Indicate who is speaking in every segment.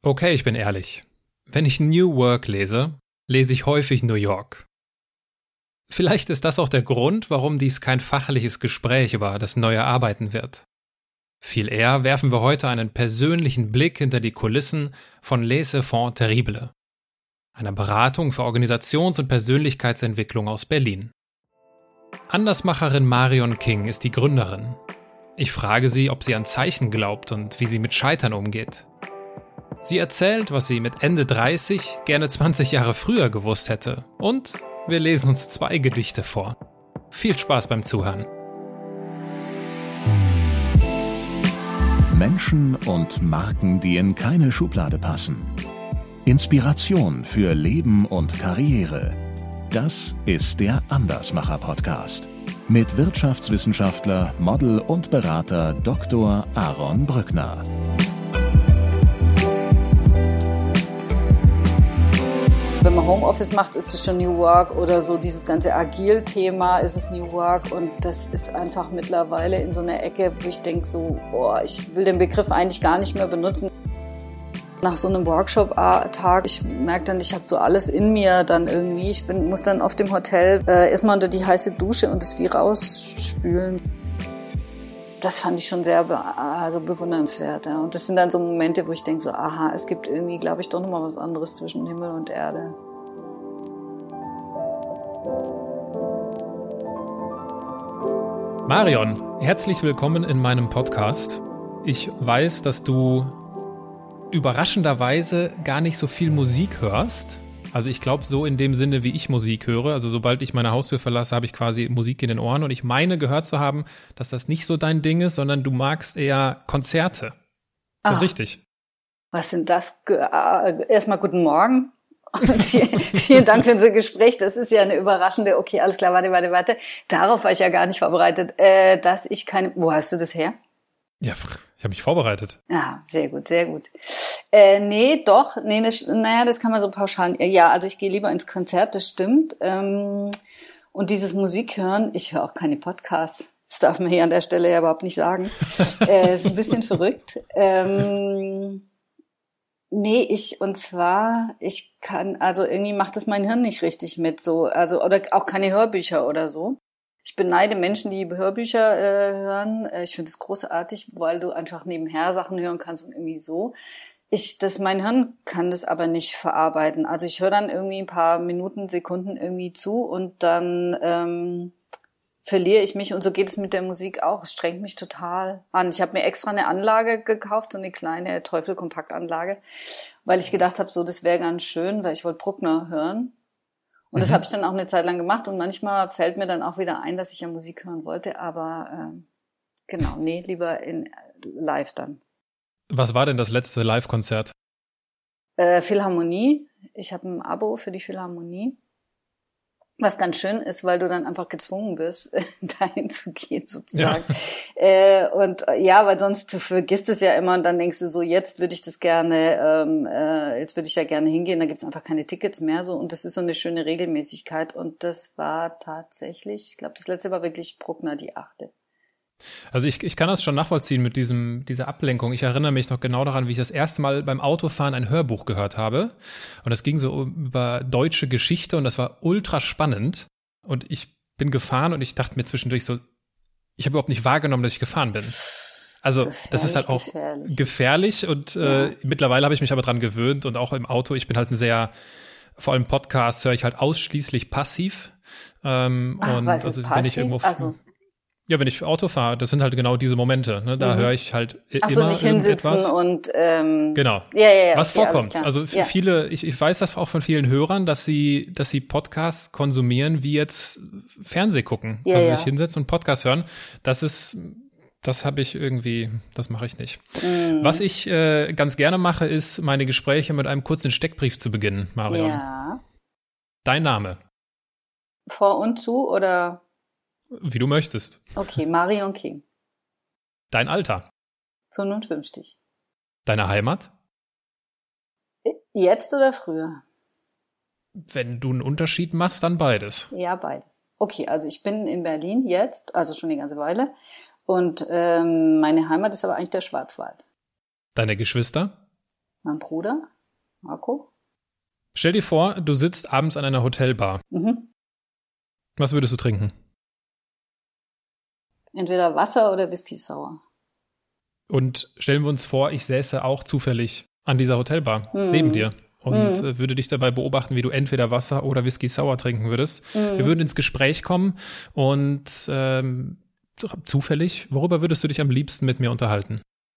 Speaker 1: Okay, ich bin ehrlich. Wenn ich New Work lese, lese ich häufig New York. Vielleicht ist das auch der Grund, warum dies kein fachliches Gespräch über das neue Arbeiten wird. Viel eher werfen wir heute einen persönlichen Blick hinter die Kulissen von Les Enfants Terribles, einer Beratung für Organisations- und Persönlichkeitsentwicklung aus Berlin. Andersmacherin Marion King ist die Gründerin. Ich frage sie, ob sie an Zeichen glaubt und wie sie mit Scheitern umgeht. Sie erzählt, was sie mit Ende 30 gerne 20 Jahre früher gewusst hätte. Und wir lesen uns 2 Gedichte vor. Viel Spaß beim Zuhören.
Speaker 2: Menschen und Marken, die in keine Schublade passen. Inspiration für Leben und Karriere. Das ist der Andersmacher-Podcast. Mit Wirtschaftswissenschaftler, Model und Berater Dr. Aaron Brückner.
Speaker 3: Wenn man Homeoffice macht, ist das schon New Work oder so dieses ganze Agil-Thema ist es New Work und das ist einfach mittlerweile in so einer Ecke, wo ich denke so, ich will den Begriff eigentlich gar nicht mehr benutzen. Nach so einem Workshop-Tag, ich merke dann, ich habe so alles in mir dann irgendwie. Ich muss dann auf dem Hotel erstmal unter die heiße Dusche und das wie rausspülen. Das fand ich schon sehr bewundernswert. Ja. Und das sind dann so Momente, wo ich denke so, es gibt irgendwie, glaube ich, doch nochmal was anderes zwischen Himmel und Erde.
Speaker 1: Marion, herzlich willkommen in meinem Podcast. Ich weiß, dass du überraschenderweise gar nicht so viel Musik hörst. Also ich glaube so in dem Sinne, wie ich Musik höre. Also sobald ich meine Haustür verlasse, habe ich quasi Musik in den Ohren. Und ich meine gehört zu haben, dass das nicht so dein Ding ist, sondern du magst eher Konzerte. Ist das richtig?
Speaker 3: Was sind das? Erstmal guten Morgen. Und vielen Dank für unser Gespräch. Das ist ja eine überraschende, okay, alles klar, warte. Darauf war ich ja gar nicht vorbereitet, dass ich wo hast du das her?
Speaker 1: Ja, ich habe mich vorbereitet.
Speaker 3: Ja, sehr gut. Nee, das kann man so pauschal. Ja, also ich gehe lieber ins Konzert, das stimmt. Und dieses Musik hören, ich höre auch keine Podcasts. Das darf man hier an der Stelle ja überhaupt nicht sagen. Ist ein bisschen verrückt. Irgendwie macht das mein Hirn nicht richtig mit, so, oder auch keine Hörbücher oder so. Ich beneide Menschen, die Hörbücher hören. Ich finde es großartig, weil du einfach nebenher Sachen hören kannst und irgendwie so. Mein Hirn kann das aber nicht verarbeiten. Also ich höre dann irgendwie ein paar Minuten, Sekunden irgendwie zu und dann verliere ich mich. Und so geht es mit der Musik auch. Es strengt mich total an. Ich habe mir extra eine Anlage gekauft, so eine kleine Teufel-Kompaktanlage, weil ich gedacht habe, so das wäre ganz schön, weil ich wollte Bruckner hören. Und das habe ich dann auch eine Zeit lang gemacht und manchmal fällt mir dann auch wieder ein, dass ich ja Musik hören wollte, aber lieber in live dann.
Speaker 1: Was war denn das letzte Live-Konzert?
Speaker 3: Philharmonie. Ich habe ein Abo für die Philharmonie. Was ganz schön ist, weil du dann einfach gezwungen wirst, dahin zu gehen sozusagen. Ja. Weil sonst du vergisst es ja immer und dann denkst du so, jetzt würde ich ja gerne hingehen, da gibt's einfach keine Tickets mehr so und das ist so eine schöne Regelmäßigkeit und das war tatsächlich, ich glaube, das letzte war wirklich Bruckner, die 8.
Speaker 1: Also ich kann das schon nachvollziehen mit dieser Ablenkung. Ich erinnere mich noch genau daran, wie ich das erste Mal beim Autofahren ein Hörbuch gehört habe. Und das ging so über deutsche Geschichte und das war ultra spannend. Und ich bin gefahren und ich dachte mir zwischendurch so, ich habe überhaupt nicht wahrgenommen, dass ich gefahren bin. Also das ist halt auch gefährlich und mittlerweile habe ich mich aber dran gewöhnt und auch im Auto, ich bin halt vor allem Podcasts höre ich halt ausschließlich passiv.
Speaker 3: Was ist passiv?
Speaker 1: Wenn ich irgendwo Ja, wenn ich Auto fahre, das sind halt genau diese Momente. Ne? Da höre ich halt immer
Speaker 3: nicht hinsitzen
Speaker 1: irgendetwas.
Speaker 3: Und
Speaker 1: genau.
Speaker 3: Ja,
Speaker 1: was vorkommt. Also viele, ich weiß das auch von vielen Hörern, dass sie Podcasts konsumieren, wie jetzt Fernseh gucken. Sich hinsetzen und Podcast hören. Das mache ich nicht. Was ich ganz gerne mache, ist, meine Gespräche mit einem kurzen Steckbrief zu beginnen, Marion.
Speaker 3: Ja.
Speaker 1: Dein Name?
Speaker 3: Vor und zu oder?
Speaker 1: Wie du möchtest.
Speaker 3: Okay, Marion King.
Speaker 1: Dein Alter?
Speaker 3: 55.
Speaker 1: Deine Heimat?
Speaker 3: Jetzt oder früher?
Speaker 1: Wenn du einen Unterschied machst, dann beides.
Speaker 3: Ja, beides. Okay, also ich bin in Berlin jetzt, also schon eine ganze Weile. Und meine Heimat ist aber eigentlich der Schwarzwald.
Speaker 1: Deine Geschwister?
Speaker 3: Mein Bruder, Marco.
Speaker 1: Stell dir vor, du sitzt abends an einer Hotelbar. Was würdest du trinken?
Speaker 3: Entweder Wasser oder Whisky Sour.
Speaker 1: Und stellen wir uns vor, ich säße auch zufällig an dieser Hotelbar neben dir und würde dich dabei beobachten, wie du entweder Wasser oder Whisky Sour trinken würdest. Wir würden ins Gespräch kommen und zufällig, worüber würdest du dich am liebsten mit mir unterhalten?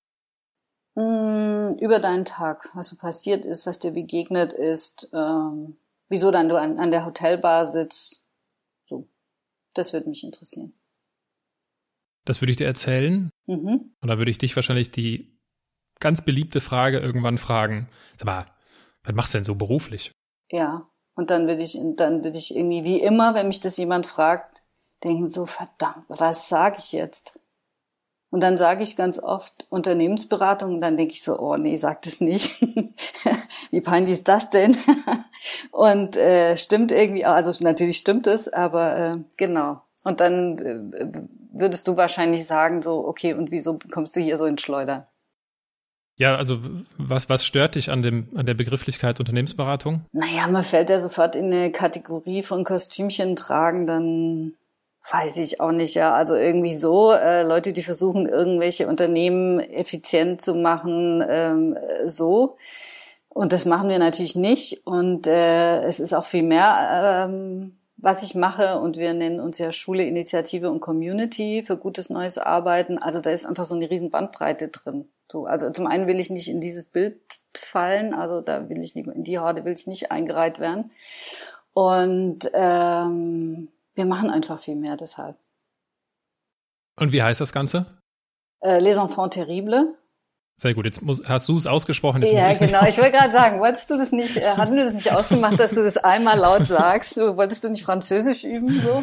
Speaker 3: Über deinen Tag, was so passiert ist, was dir begegnet ist, wieso dann du an der Hotelbar sitzt. So, das würde mich interessieren.
Speaker 1: Das würde ich dir erzählen. Und da würde ich dich wahrscheinlich die ganz beliebte Frage irgendwann fragen. Sag mal, was machst du denn so beruflich?
Speaker 3: Ja, und dann würde ich irgendwie, wie immer, wenn mich das jemand fragt, denken so, verdammt, was sage ich jetzt? Und dann sage ich ganz oft Unternehmensberatung und dann denke ich so, oh nee, sag das nicht. Wie peinlich ist das denn? Und stimmt irgendwie, also natürlich stimmt es, aber genau. Und dann würdest du wahrscheinlich sagen so, okay, und wieso kommst du hier so ins Schleudern?
Speaker 1: Ja, also was stört dich an der Begrifflichkeit Unternehmensberatung?
Speaker 3: Naja, man fällt ja sofort in eine Kategorie von Kostümchen tragen, dann weiß ich auch nicht, ja. Also irgendwie so, Leute, die versuchen, irgendwelche Unternehmen effizient zu machen, so. Und das machen wir natürlich nicht. Und es ist auch viel mehr, was ich mache. Und wir nennen uns ja Schule, Initiative und Community für gutes neues Arbeiten. Also da ist einfach so eine riesen Bandbreite drin. So, also zum einen will ich nicht in dieses Bild fallen, also da will ich nicht, in die Horde will ich nicht eingereiht werden. Und wir machen einfach viel mehr deshalb.
Speaker 1: Und wie heißt das Ganze?
Speaker 3: Les Enfants Terribles.
Speaker 1: Sehr gut, jetzt hast du es ausgesprochen. Jetzt
Speaker 3: Ja,
Speaker 1: muss
Speaker 3: genau. Ich wollte gerade sagen, wolltest du das nicht, hatten wir das nicht ausgemacht, dass du das einmal laut sagst? Wolltest du nicht Französisch üben, so?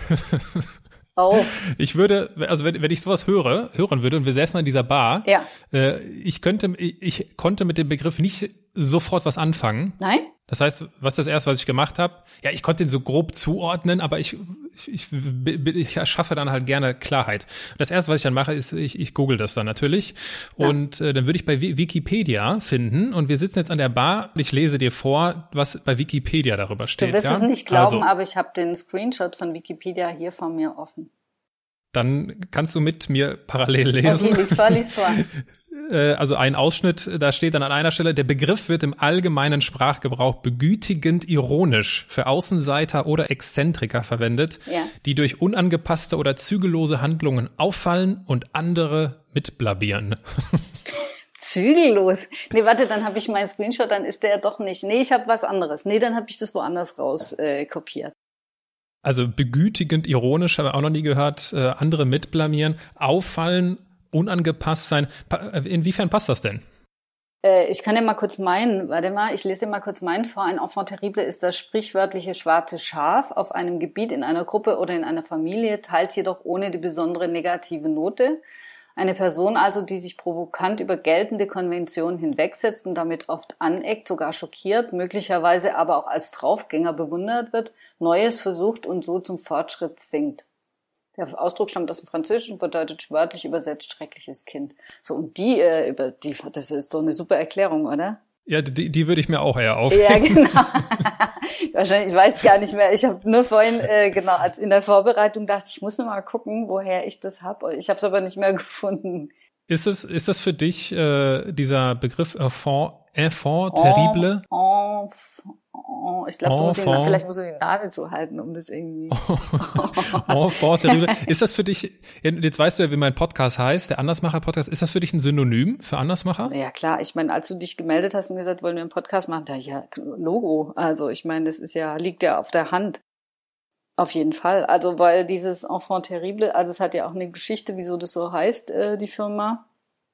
Speaker 3: Auf.
Speaker 1: Ich würde, also wenn ich sowas hören würde und wir säßen an dieser Bar,
Speaker 3: ja.
Speaker 1: Ich konnte mit dem Begriff nicht sofort was anfangen.
Speaker 3: Nein?
Speaker 1: Das heißt, was das erste, was ich gemacht habe, ja, ich konnte den so grob zuordnen, aber ich erschaffe dann halt gerne Klarheit. Das erste, was ich dann mache, ist, ich google das dann natürlich und dann würde ich bei Wikipedia finden und wir sitzen jetzt an der Bar und ich lese dir vor, was bei Wikipedia darüber steht.
Speaker 3: Du wirst es nicht glauben, aber ich habe den Screenshot von Wikipedia hier vor mir offen.
Speaker 1: Dann kannst du mit mir parallel lesen.
Speaker 3: Okay, lies vor.
Speaker 1: Also ein Ausschnitt, da steht dann an einer Stelle, der Begriff wird im allgemeinen Sprachgebrauch begütigend ironisch für Außenseiter oder Exzentriker verwendet, die durch unangepasste oder zügellose Handlungen auffallen und andere mitblabieren.
Speaker 3: Zügellos? Nee, warte, dann habe ich meinen Screenshot, dann ist der doch nicht. Nee, ich habe was anderes. Nee, dann habe ich das woanders raus kopiert.
Speaker 1: Also begütigend ironisch, habe ich auch noch nie gehört, andere mitblamieren, auffallen, unangepasst sein. Inwiefern passt das denn?
Speaker 3: Ich kann dir mal kurz ich lese dir mal kurz meinen vor. Ein Enfant terrible ist das sprichwörtliche schwarze Schaf auf einem Gebiet, in einer Gruppe oder in einer Familie, teils jedoch ohne die besondere negative Note. Eine Person also, die sich provokant über geltende Konventionen hinwegsetzt und damit oft aneckt, sogar schockiert, möglicherweise aber auch als Draufgänger bewundert wird, Neues versucht und so zum Fortschritt zwingt. Der Ausdruck stammt aus dem Französischen und bedeutet wörtlich übersetzt schreckliches Kind. So, und das ist doch eine super Erklärung, oder?
Speaker 1: Ja, die würde ich mir auch eher aufheben.
Speaker 3: Ja, genau. Wahrscheinlich, ich weiß gar nicht mehr. Ich habe nur vorhin, als in der Vorbereitung dachte ich, muss noch mal gucken, woher ich das habe. Ich habe es aber nicht mehr gefunden.
Speaker 1: Ist das für dich dieser Begriff Enfant terrible?
Speaker 3: Ich glaube, vielleicht muss du die Nase zuhalten, um das irgendwie.
Speaker 1: Enfant terrible. Ist das für dich, jetzt weißt du ja, wie mein Podcast heißt, der Andersmacher-Podcast, ist das für dich ein Synonym für Andersmacher?
Speaker 3: Ja, klar. Ich meine, als du dich gemeldet hast und gesagt, wollen wir einen Podcast machen, ja, Logo. Also, ich meine, das liegt ja auf der Hand. Auf jeden Fall. Also, weil dieses Enfant terrible, also es hat ja auch eine Geschichte, wieso das so heißt, die Firma.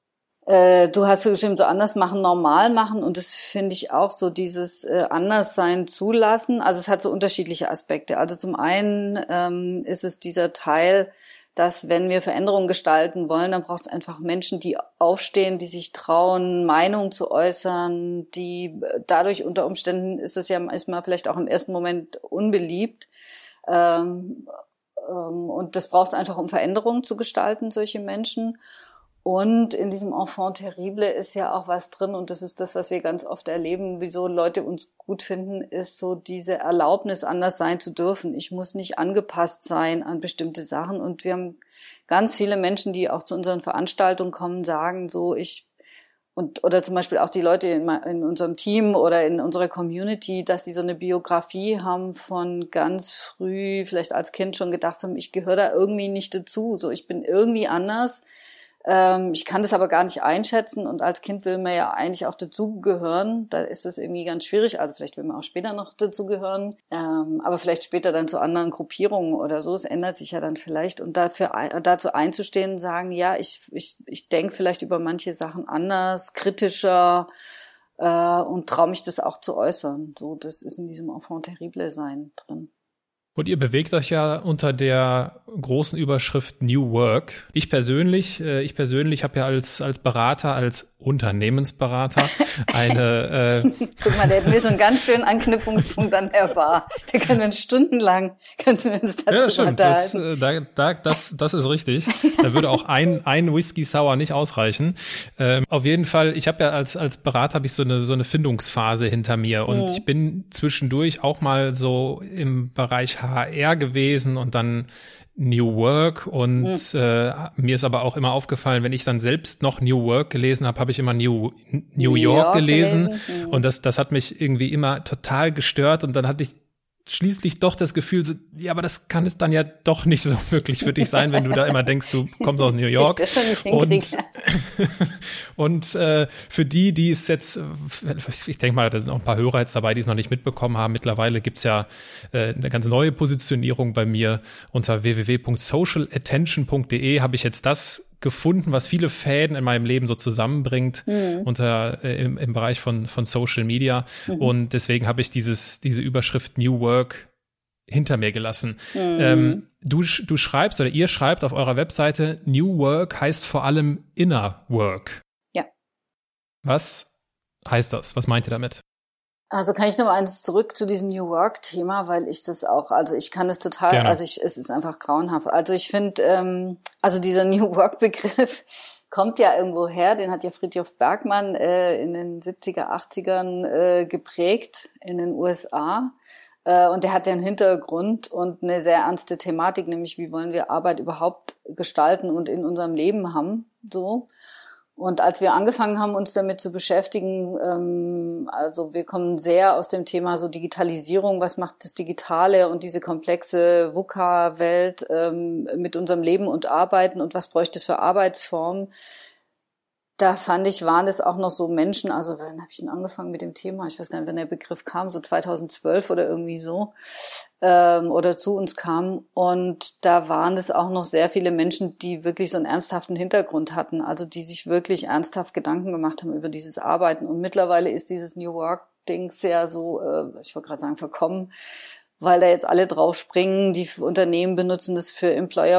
Speaker 3: Du hast geschrieben, so anders machen, normal machen, und das finde ich auch so, dieses Anderssein zulassen. Also es hat so unterschiedliche Aspekte. Also zum einen ist es dieser Teil, dass wenn wir Veränderungen gestalten wollen, dann braucht es einfach Menschen, die aufstehen, die sich trauen, Meinung zu äußern, die dadurch unter Umständen ist man vielleicht auch im ersten Moment unbeliebt. Und das braucht es einfach, um Veränderungen zu gestalten, solche Menschen. Und in diesem Enfant terrible ist ja auch was drin, und das ist das, was wir ganz oft erleben, wieso Leute uns gut finden, ist so diese Erlaubnis, anders sein zu dürfen. Ich muss nicht angepasst sein an bestimmte Sachen. Und wir haben ganz viele Menschen, die auch zu unseren Veranstaltungen kommen, sagen so, oder zum Beispiel auch die Leute in unserem Team oder in unserer Community, dass sie so eine Biografie haben von ganz früh, vielleicht als Kind schon gedacht haben, ich gehöre da irgendwie nicht dazu, so ich bin irgendwie anders. Ich kann das aber gar nicht einschätzen, und als Kind will man ja eigentlich auch dazugehören. Da ist es irgendwie ganz schwierig. Also vielleicht will man auch später noch dazugehören, aber vielleicht später dann zu anderen Gruppierungen oder so. Es ändert sich ja dann vielleicht. Und dazu einzustehen und sagen, ja, ich denke vielleicht über manche Sachen anders, kritischer, und traue mich das auch zu äußern. So, das ist in diesem Enfant terrible Sein drin.
Speaker 1: Und ihr bewegt euch ja unter der großen Überschrift New Work. Ich persönlich habe ja als Berater, als Unternehmensberater eine
Speaker 3: Guck mal, der hat mir schon einen ganz schönen Anknüpfungspunkt an der Bar. Da können wir uns stundenlang darüber
Speaker 1: unterhalten. Das ist richtig. Da würde auch ein Whisky Sour nicht ausreichen. Auf jeden Fall, ich habe ja als Berater habe ich so eine Findungsphase hinter mir, und ich bin zwischendurch auch mal so im Bereich HR gewesen und dann New Work, und mir ist aber auch immer aufgefallen, wenn ich dann selbst noch New Work gelesen habe, habe ich immer New York gelesen. Und das hat mich irgendwie immer total gestört, und dann hatte ich schließlich doch das Gefühl, so, ja, aber das kann es dann ja doch nicht so wirklich für dich sein, wenn du da immer denkst, du kommst aus New York.
Speaker 3: Ich das schon nicht
Speaker 1: und für die es jetzt, ich denke mal, da sind auch ein paar Hörer jetzt dabei, die es noch nicht mitbekommen haben. Mittlerweile gibt's ja eine ganz neue Positionierung bei mir. Unter www.socialattention.de habe ich jetzt das gefunden, was viele Fäden in meinem Leben so zusammenbringt, im Bereich von Social Media. Und deswegen habe ich diese Überschrift New Work hinter mir gelassen. Du schreibst, oder ihr schreibt auf eurer Webseite, New Work heißt vor allem Inner Work.
Speaker 3: Ja.
Speaker 1: Was heißt das? Was meint ihr damit?
Speaker 3: Also kann ich noch mal eins zurück zu diesem New Work-Thema, weil ich das auch, also ich kann es total,
Speaker 1: Gerne.
Speaker 3: Also es ist einfach grauenhaft. Also ich finde, also dieser New Work-Begriff kommt ja irgendwo her, den hat ja Fridtjof Bergmann in den 70er, 80ern geprägt in den USA. Und der hat ja einen Hintergrund und eine sehr ernste Thematik, nämlich wie wollen wir Arbeit überhaupt gestalten und in unserem Leben haben, so. Und als wir angefangen haben, uns damit zu beschäftigen, also wir kommen sehr aus dem Thema so Digitalisierung, was macht das Digitale und diese komplexe VUCA-Welt mit unserem Leben und Arbeiten, und was bräuchte es für Arbeitsformen. Da fand ich, waren das auch noch so Menschen, also wann habe ich denn angefangen mit dem Thema? Ich weiß gar nicht, wenn der Begriff kam, so 2012 oder irgendwie so, oder zu uns kam. Und da waren es auch noch sehr viele Menschen, die wirklich so einen ernsthaften Hintergrund hatten, also die sich wirklich ernsthaft Gedanken gemacht haben über dieses Arbeiten. Und mittlerweile ist dieses New Work-Ding sehr so, ich wollte gerade sagen, verkommen, weil da jetzt alle drauf springen. Die Unternehmen benutzen das für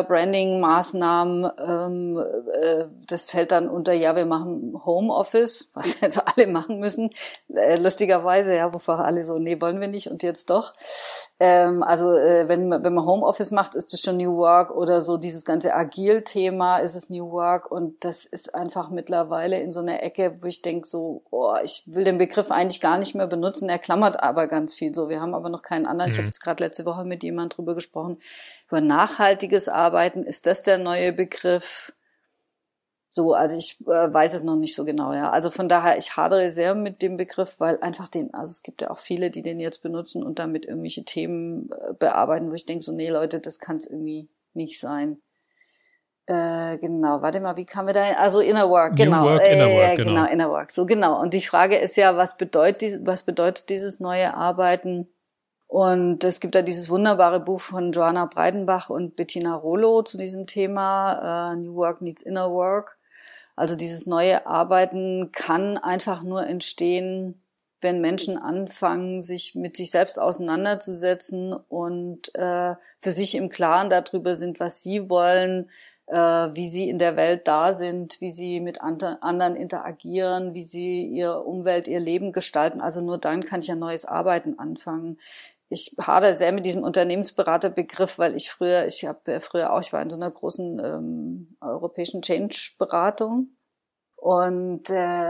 Speaker 3: Employer-Branding-Maßnahmen. Das fällt dann unter, ja, wir machen Homeoffice, was jetzt alle machen müssen. Lustigerweise, ja, wovor alle so, nee, wollen wir nicht und jetzt doch. Wenn man Homeoffice macht, ist das schon New Work, oder so dieses ganze Agil-Thema ist es New Work, und das ist einfach mittlerweile in so einer Ecke, wo ich denke so, ich will den Begriff eigentlich gar nicht mehr benutzen, er klammert aber ganz viel so. Wir haben aber noch keinen anderen. Ich habe jetzt gerade letzte Woche mit jemandem drüber gesprochen, über nachhaltiges Arbeiten. Ist das der neue Begriff? So, also ich weiß es noch nicht so genau, ja. Also von daher, ich hadere sehr mit dem Begriff, weil einfach also es gibt ja auch viele, die den jetzt benutzen und damit irgendwelche Themen bearbeiten, wo ich denke so, nee Leute, das kann es irgendwie nicht sein. Genau, warte mal, wie kamen wir da hin? Also Inner Work, genau.
Speaker 1: New Work, Inner Work,
Speaker 3: genau. Inner Work, so genau. Und die Frage ist ja, was bedeutet dieses neue Arbeiten? Und es gibt da dieses wunderbare Buch von Joanna Breidenbach und Bettina Rollo zu diesem Thema, New Work Needs Inner Work. Also dieses neue Arbeiten kann einfach nur entstehen, wenn Menschen anfangen, sich mit sich selbst auseinanderzusetzen und für sich im Klaren darüber sind, was sie wollen, wie sie in der Welt da sind, wie sie mit anderen interagieren, wie sie ihre Umwelt, ihr Leben gestalten. Also nur dann kann ich ein neues Arbeiten anfangen. Ich hadere sehr mit diesem Unternehmensberaterbegriff, weil ich war in so einer großen europäischen Change-Beratung. Und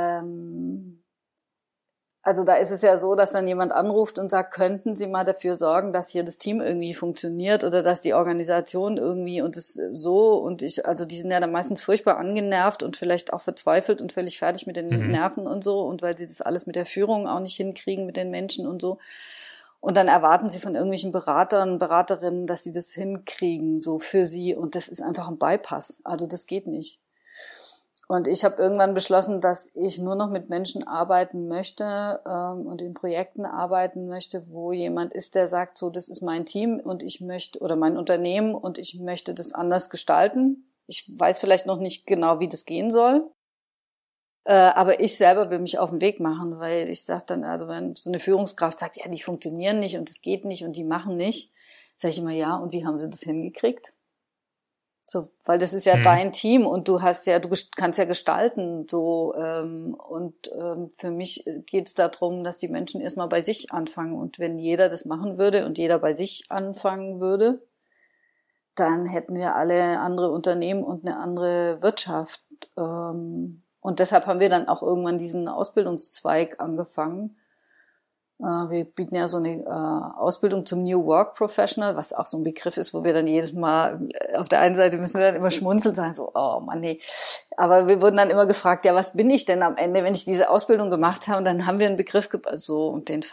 Speaker 3: also da ist es ja so, dass dann jemand anruft und sagt, könnten Sie mal dafür sorgen, dass hier das Team irgendwie funktioniert oder dass die Organisation irgendwie und es so also die sind ja dann meistens furchtbar angenervt und vielleicht auch verzweifelt und völlig fertig mit den Nerven und so und weil sie das alles mit der Führung auch nicht hinkriegen mit den Menschen und so. Und dann erwarten sie von irgendwelchen Beratern, Beraterinnen, dass sie das hinkriegen, so für sie und das ist einfach ein Bypass. Also das geht nicht. Und ich habe irgendwann beschlossen, dass ich nur noch mit Menschen arbeiten möchte und in Projekten arbeiten möchte, wo jemand ist, der sagt, so, das ist mein Team und ich möchte, oder mein Unternehmen und ich möchte das anders gestalten. Ich weiß vielleicht noch nicht genau, wie das gehen soll. Aber ich selber will mich auf den Weg machen, weil ich sage dann, also wenn so eine Führungskraft sagt, ja, die funktionieren nicht und es geht nicht und die machen nicht, sage ich immer, ja, und wie haben sie das hingekriegt? So, weil das ist ja dein Team und du kannst ja gestalten, so, für mich geht's darum, dass die Menschen erstmal bei sich anfangen und wenn jeder das machen würde und jeder bei sich anfangen würde, dann hätten wir alle andere Unternehmen und eine andere Wirtschaft, und deshalb haben wir dann auch irgendwann diesen Ausbildungszweig angefangen. Wir bieten ja so eine Ausbildung zum New Work Professional, was auch so ein Begriff ist, wo wir dann jedes Mal, auf der einen Seite müssen wir dann immer schmunzeln, sagen so, oh Mann, nee. Aber wir wurden dann immer gefragt, ja, was bin ich denn am Ende, wenn ich diese Ausbildung gemacht habe? Und dann haben wir einen Begriff, so, und den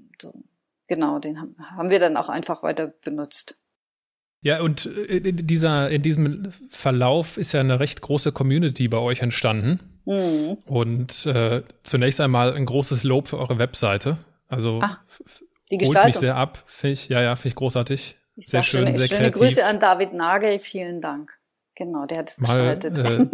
Speaker 3: haben wir dann auch einfach weiter benutzt.
Speaker 1: Ja, und in diesem Verlauf ist ja eine recht große Community bei euch entstanden. Mhm. Und zunächst einmal ein großes Lob für eure Webseite. Also
Speaker 3: die
Speaker 1: holt
Speaker 3: Gestaltung.
Speaker 1: Mich sehr ab, finde ich großartig.
Speaker 3: Sehr schön, sehr schöne kreativ. Grüße an David Nagel, vielen Dank. Genau, der hat es gestaltet.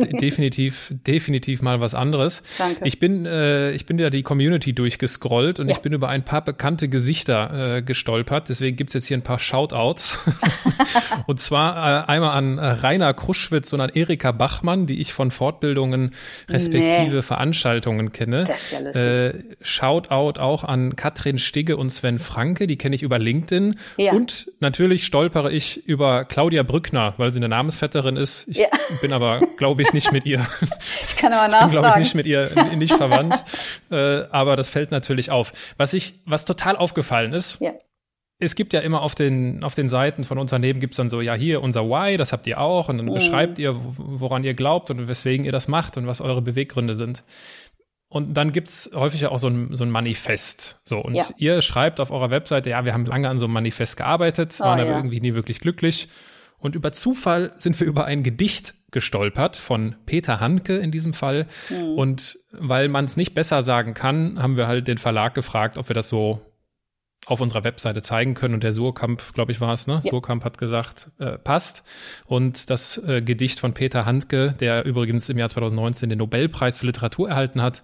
Speaker 1: Definitiv mal was anderes.
Speaker 3: Danke.
Speaker 1: Ich bin ja die Community durchgescrollt und ich bin über ein paar bekannte Gesichter gestolpert. Deswegen gibt's jetzt hier ein paar Shoutouts. Und zwar einmal an Rainer Kruschwitz und an Erika Bachmann, die ich von Fortbildungen respektive Veranstaltungen kenne.
Speaker 3: Das ist ja lustig.
Speaker 1: Shoutout auch an Katrin Stigge und Sven Franke, die kenne ich über LinkedIn. Ja. Und natürlich stolpere ich über Claudia Brückner, weil sie eine Namensvetterin ist. Ich bin aber, glaube ich, nicht mit ihr.
Speaker 3: Ich kann aber nachfragen.
Speaker 1: Ich bin, glaube ich, nicht mit ihr, nicht verwandt. Aber das fällt natürlich auf. Was total aufgefallen ist, es gibt ja immer auf den Seiten von Unternehmen gibt's dann so, ja, hier unser Why, das habt ihr auch. Und dann beschreibt ihr, woran ihr glaubt und weswegen ihr das macht und was eure Beweggründe sind. Und dann gibt's häufig ja auch so ein Manifest. So, und ihr schreibt auf eurer Webseite, ja, wir haben lange an so einem Manifest gearbeitet, waren aber irgendwie nie wirklich glücklich. Und über Zufall sind wir über ein Gedicht gestolpert von Peter Handke in diesem Fall. Und weil man es nicht besser sagen kann, haben wir halt den Verlag gefragt, ob wir das so auf unserer Webseite zeigen können. Und der Surkamp, glaube ich, war es, ne? Ja. Surkamp hat gesagt, passt. Und das Gedicht von Peter Handke, der übrigens im Jahr 2019 den Nobelpreis für Literatur erhalten hat,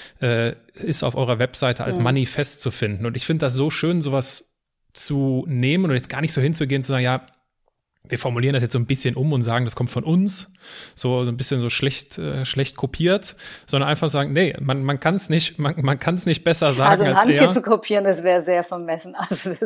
Speaker 1: ist auf eurer Webseite als Manifest zu finden. Und ich finde das so schön, sowas zu nehmen und jetzt gar nicht so hinzugehen, zu sagen, ja, wir formulieren das jetzt so ein bisschen um und sagen, das kommt von uns, so ein bisschen so schlecht kopiert, sondern einfach sagen, nee, man kann es nicht besser sagen als er.
Speaker 3: Also Handke zu kopieren, das wäre sehr vermessen.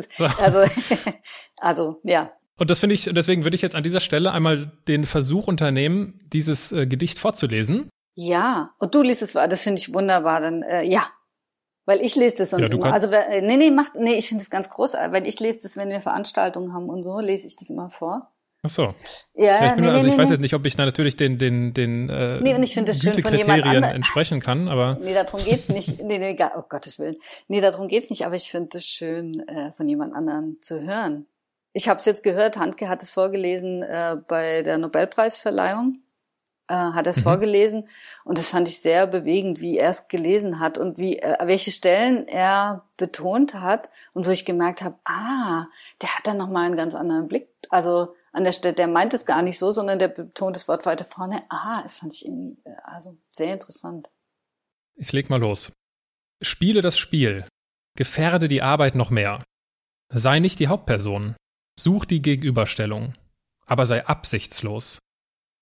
Speaker 3: Also ja.
Speaker 1: Und das finde ich, deswegen würde ich jetzt an dieser Stelle einmal den Versuch unternehmen, dieses Gedicht vorzulesen.
Speaker 3: Ja, und du liest es, das finde ich wunderbar, dann weil ich lese das sonst immer. Also ich finde das ganz großartig, weil ich lese das, wenn wir Veranstaltungen haben und so, lese ich das immer vor.
Speaker 1: Ach so.
Speaker 3: Ja,
Speaker 1: ich weiß jetzt nicht, ob ich da natürlich den
Speaker 3: und ich finde das schön von jemand
Speaker 1: Gütekriterien entsprechen kann, aber
Speaker 3: nee, darum geht's nicht. Oh Gottes Willen. Nee, darum geht's nicht, aber ich finde es schön von jemand anderem zu hören. Ich habe es jetzt gehört, Handke hat es vorgelesen bei der Nobelpreisverleihung. Hat er es vorgelesen und das fand ich sehr bewegend, wie er es gelesen hat und welche Stellen er betont hat und wo ich gemerkt habe, der hat da nochmal einen ganz anderen Blick. Also an der Stelle, der meint es gar nicht so, sondern der betont das Wort weiter vorne. Das fand ich irgendwie sehr interessant.
Speaker 1: Ich leg mal los. Spiele das Spiel. Gefährde die Arbeit noch mehr. Sei nicht die Hauptperson. Such die Gegenüberstellung. Aber sei absichtslos.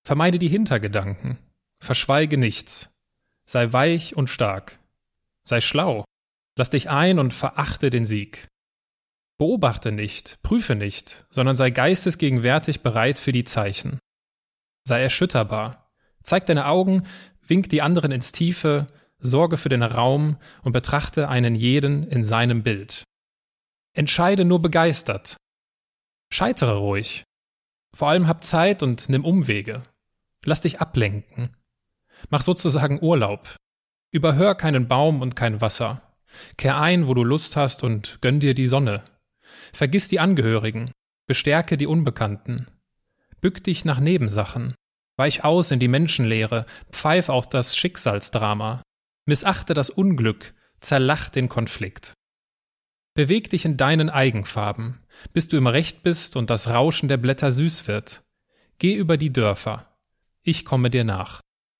Speaker 1: Vermeide die Hintergedanken. Verschweige nichts. Sei weich und stark. Sei schlau. Lass dich ein und verachte den Sieg. Beobachte nicht, prüfe nicht, sondern sei geistesgegenwärtig bereit für die Zeichen. Sei erschütterbar. Zeig deine Augen, wink die anderen ins Tiefe, sorge für den Raum und betrachte einen jeden in seinem Bild. Entscheide nur begeistert. Scheitere ruhig. Vor allem hab Zeit und nimm Umwege. Lass dich ablenken. Mach sozusagen Urlaub. Überhör keinen Baum und kein Wasser. Kehr ein, wo du Lust hast und gönn dir die Sonne. Vergiss die Angehörigen. Bestärke die Unbekannten. Bück dich nach Nebensachen. Weich aus in die Menschenleere. Pfeif auf das Schicksalsdrama. Missachte das Unglück. Zerlach den Konflikt. Beweg dich in deinen Eigenfarben, bis du im Recht bist und das Rauschen der Blätter süß wird. Geh über die Dörfer. Ich komme dir nach.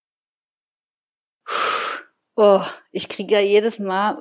Speaker 3: Oh, ich kriege ja jedes Mal,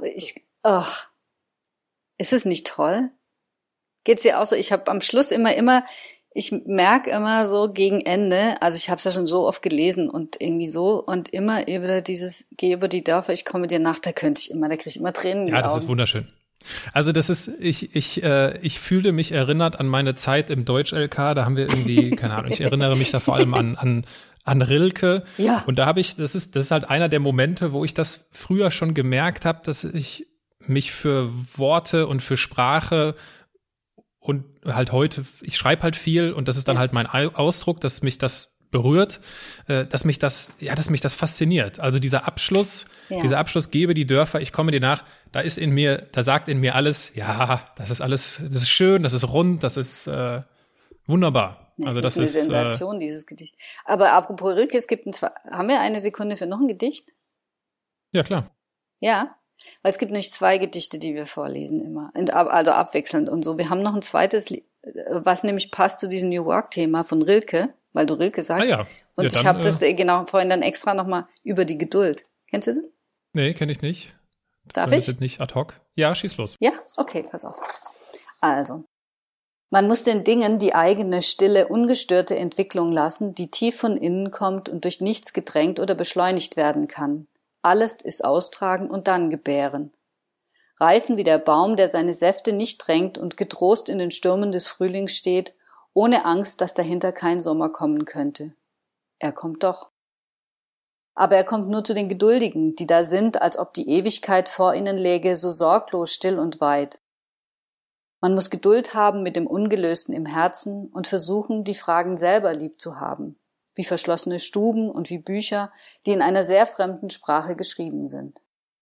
Speaker 3: ist es nicht toll? Geht's dir auch so? Ich habe am Schluss ich merke immer so gegen Ende, also ich habe es ja schon so oft gelesen und irgendwie so und immer über geh über die Dörfer, ich komme dir nach, da kriege ich immer Tränen in die Augen.
Speaker 1: Ja, das ist wunderschön. Also das ist, ich fühle mich erinnert an meine Zeit im Deutsch-LK, da haben wir irgendwie, keine Ahnung, ich erinnere mich da vor allem an Rilke.
Speaker 3: Ja.
Speaker 1: Und da habe ich, das ist halt einer der Momente, wo ich das früher schon gemerkt habe, dass ich mich für Worte und für Sprache und halt heute, ich schreibe halt viel und das ist dann halt mein Ausdruck, dass mich das berührt, dass mich das fasziniert. Also dieser Abschluss, gebe die Dörfer, ich komme dir nach, da sagt in mir alles, ja, das ist schön, das ist rund, das ist wunderbar. Also
Speaker 3: das ist eine Sensation, dieses Gedicht. Aber apropos Rilke, haben wir eine Sekunde für noch ein Gedicht?
Speaker 1: Ja, klar.
Speaker 3: Ja, weil es gibt nämlich 2 Gedichte, die wir vorlesen immer, also abwechselnd und so. Wir haben noch ein zweites, was nämlich passt zu diesem New Work-Thema von Rilke, weil du Rilke sagst.
Speaker 1: Ah ja.
Speaker 3: Und ich habe das vorhin dann extra nochmal über die Geduld. Kennst du das?
Speaker 1: Nee, kenne ich nicht.
Speaker 3: Darf ich?
Speaker 1: Das ist nicht ad hoc. Ja, schieß los.
Speaker 3: Ja? Okay, pass auf. Also, man muss den Dingen die eigene, stille, ungestörte Entwicklung lassen, die tief von innen kommt und durch nichts gedrängt oder beschleunigt werden kann. Alles ist austragen und dann gebären. Reifen wie der Baum, der seine Säfte nicht drängt und getrost in den Stürmen des Frühlings steht, ohne Angst, dass dahinter kein Sommer kommen könnte. Er kommt doch. Aber er kommt nur zu den Geduldigen, die da sind, als ob die Ewigkeit vor ihnen läge, so sorglos, still und weit. Man muss Geduld haben mit dem Ungelösten im Herzen und versuchen, die Fragen selber lieb zu haben, wie verschlossene Stuben und wie Bücher, die in einer sehr fremden Sprache geschrieben sind.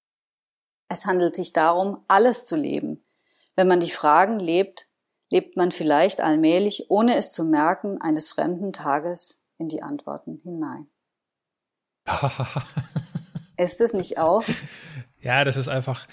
Speaker 3: Es handelt sich darum, alles zu leben. Wenn man die Fragen lebt, lebt man vielleicht allmählich, ohne es zu merken, eines fremden Tages in die Antworten hinein. Ist es nicht auch?
Speaker 1: Ja, das ist einfach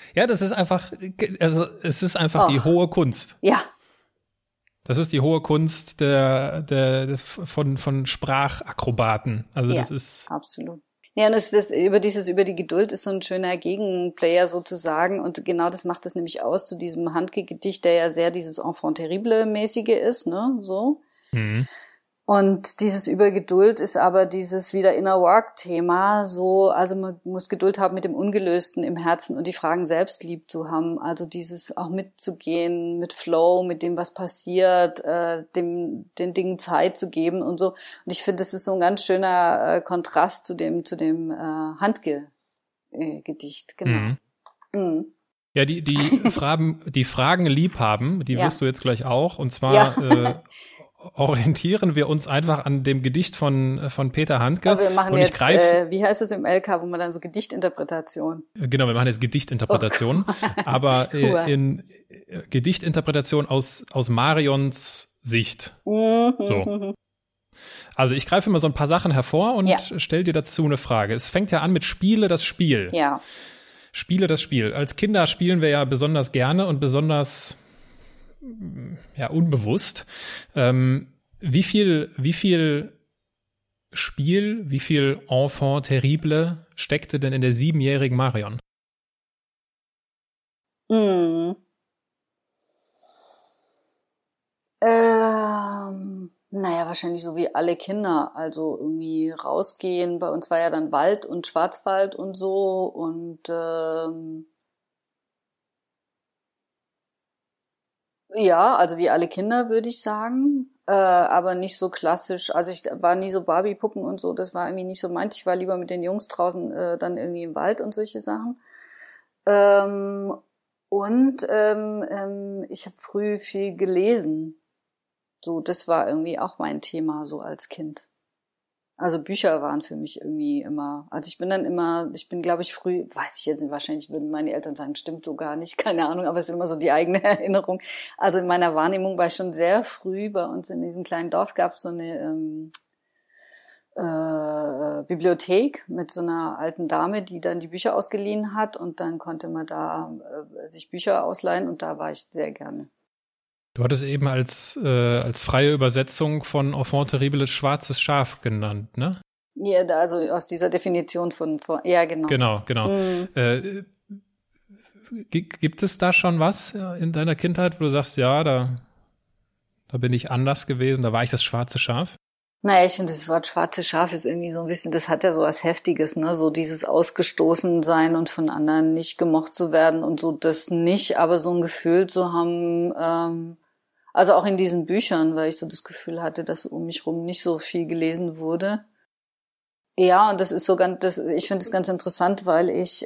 Speaker 1: die hohe Kunst.
Speaker 3: Ja.
Speaker 1: Das ist die hohe Kunst von Sprachakrobaten. Also
Speaker 3: ja,
Speaker 1: das ist
Speaker 3: absolut. Ja, und über die Geduld ist so ein schöner Gegenplayer sozusagen und genau das macht es nämlich aus zu diesem Handke-Gedicht, der ja sehr dieses Enfant terrible-mäßige ist, ne, so.
Speaker 1: Mhm.
Speaker 3: Und dieses über Geduld ist aber dieses wieder Inner Work-Thema, so, also man muss Geduld haben mit dem Ungelösten im Herzen und die Fragen selbst lieb zu haben, also dieses auch mitzugehen, mit Flow, mit dem, was passiert, den Dingen Zeit zu geben und so. Und ich finde, das ist so ein ganz schöner Kontrast zu dem Handke-Gedicht, genau.
Speaker 1: Mhm.
Speaker 3: Mhm.
Speaker 1: Ja, die Fragen lieb haben, die wirst du jetzt gleich auch, und zwar orientieren wir uns einfach an dem Gedicht von Peter Handke.
Speaker 3: Aber wir machen jetzt, wie heißt es im LK, wo man dann so Gedichtinterpretation.
Speaker 1: Genau, wir machen jetzt Gedichtinterpretation, aber in Gedichtinterpretation aus Marions Sicht. So. Also ich greife immer so ein paar Sachen hervor und stell dir dazu eine Frage. Es fängt ja an mit Spiele das Spiel.
Speaker 3: Ja.
Speaker 1: Spiele das Spiel. Als Kinder spielen wir ja besonders gerne und besonders unbewusst. Wie viel Spiel, wie viel Enfant terrible steckte denn in der 7-jährigen Marion?
Speaker 3: Naja, wahrscheinlich so wie alle Kinder, also irgendwie rausgehen. Bei uns war ja dann Wald und Schwarzwald und so und ja, also wie alle Kinder, würde ich sagen, aber nicht so klassisch. Also ich war nie so Barbie-Puppen und so, das war irgendwie nicht so meins. Ich war lieber mit den Jungs draußen dann irgendwie im Wald und solche Sachen. Ähm, ich habe früh viel gelesen. So, das war irgendwie auch mein Thema so als Kind. Also Bücher waren für mich irgendwie immer, also ich bin glaube ich früh, weiß ich jetzt nicht, wahrscheinlich würden meine Eltern sagen, stimmt so gar nicht, keine Ahnung, aber es ist immer so die eigene Erinnerung. Also in meiner Wahrnehmung war ich schon sehr früh, bei uns in diesem kleinen Dorf gab es so eine Bibliothek mit so einer alten Dame, die dann die Bücher ausgeliehen hat und dann konnte man da sich Bücher ausleihen und da war ich sehr gerne.
Speaker 1: Du hattest eben als freie Übersetzung von Enfant terrible schwarzes Schaf genannt, ne?
Speaker 3: Ja, also aus dieser Definition von ja, genau.
Speaker 1: Genau. Mhm. Gibt es da schon was in deiner Kindheit, wo du sagst, ja, da bin ich anders gewesen, da war ich das schwarze Schaf?
Speaker 3: Naja, ich finde, das Wort schwarze Schaf ist irgendwie so ein bisschen, das hat ja so was Heftiges, ne, so dieses ausgestoßen sein und von anderen nicht gemocht zu werden und so das nicht, aber so ein Gefühl zu haben, also auch in diesen Büchern, weil ich so das Gefühl hatte, dass um mich rum nicht so viel gelesen wurde. Ja, und das ist so ich finde es ganz interessant, weil ich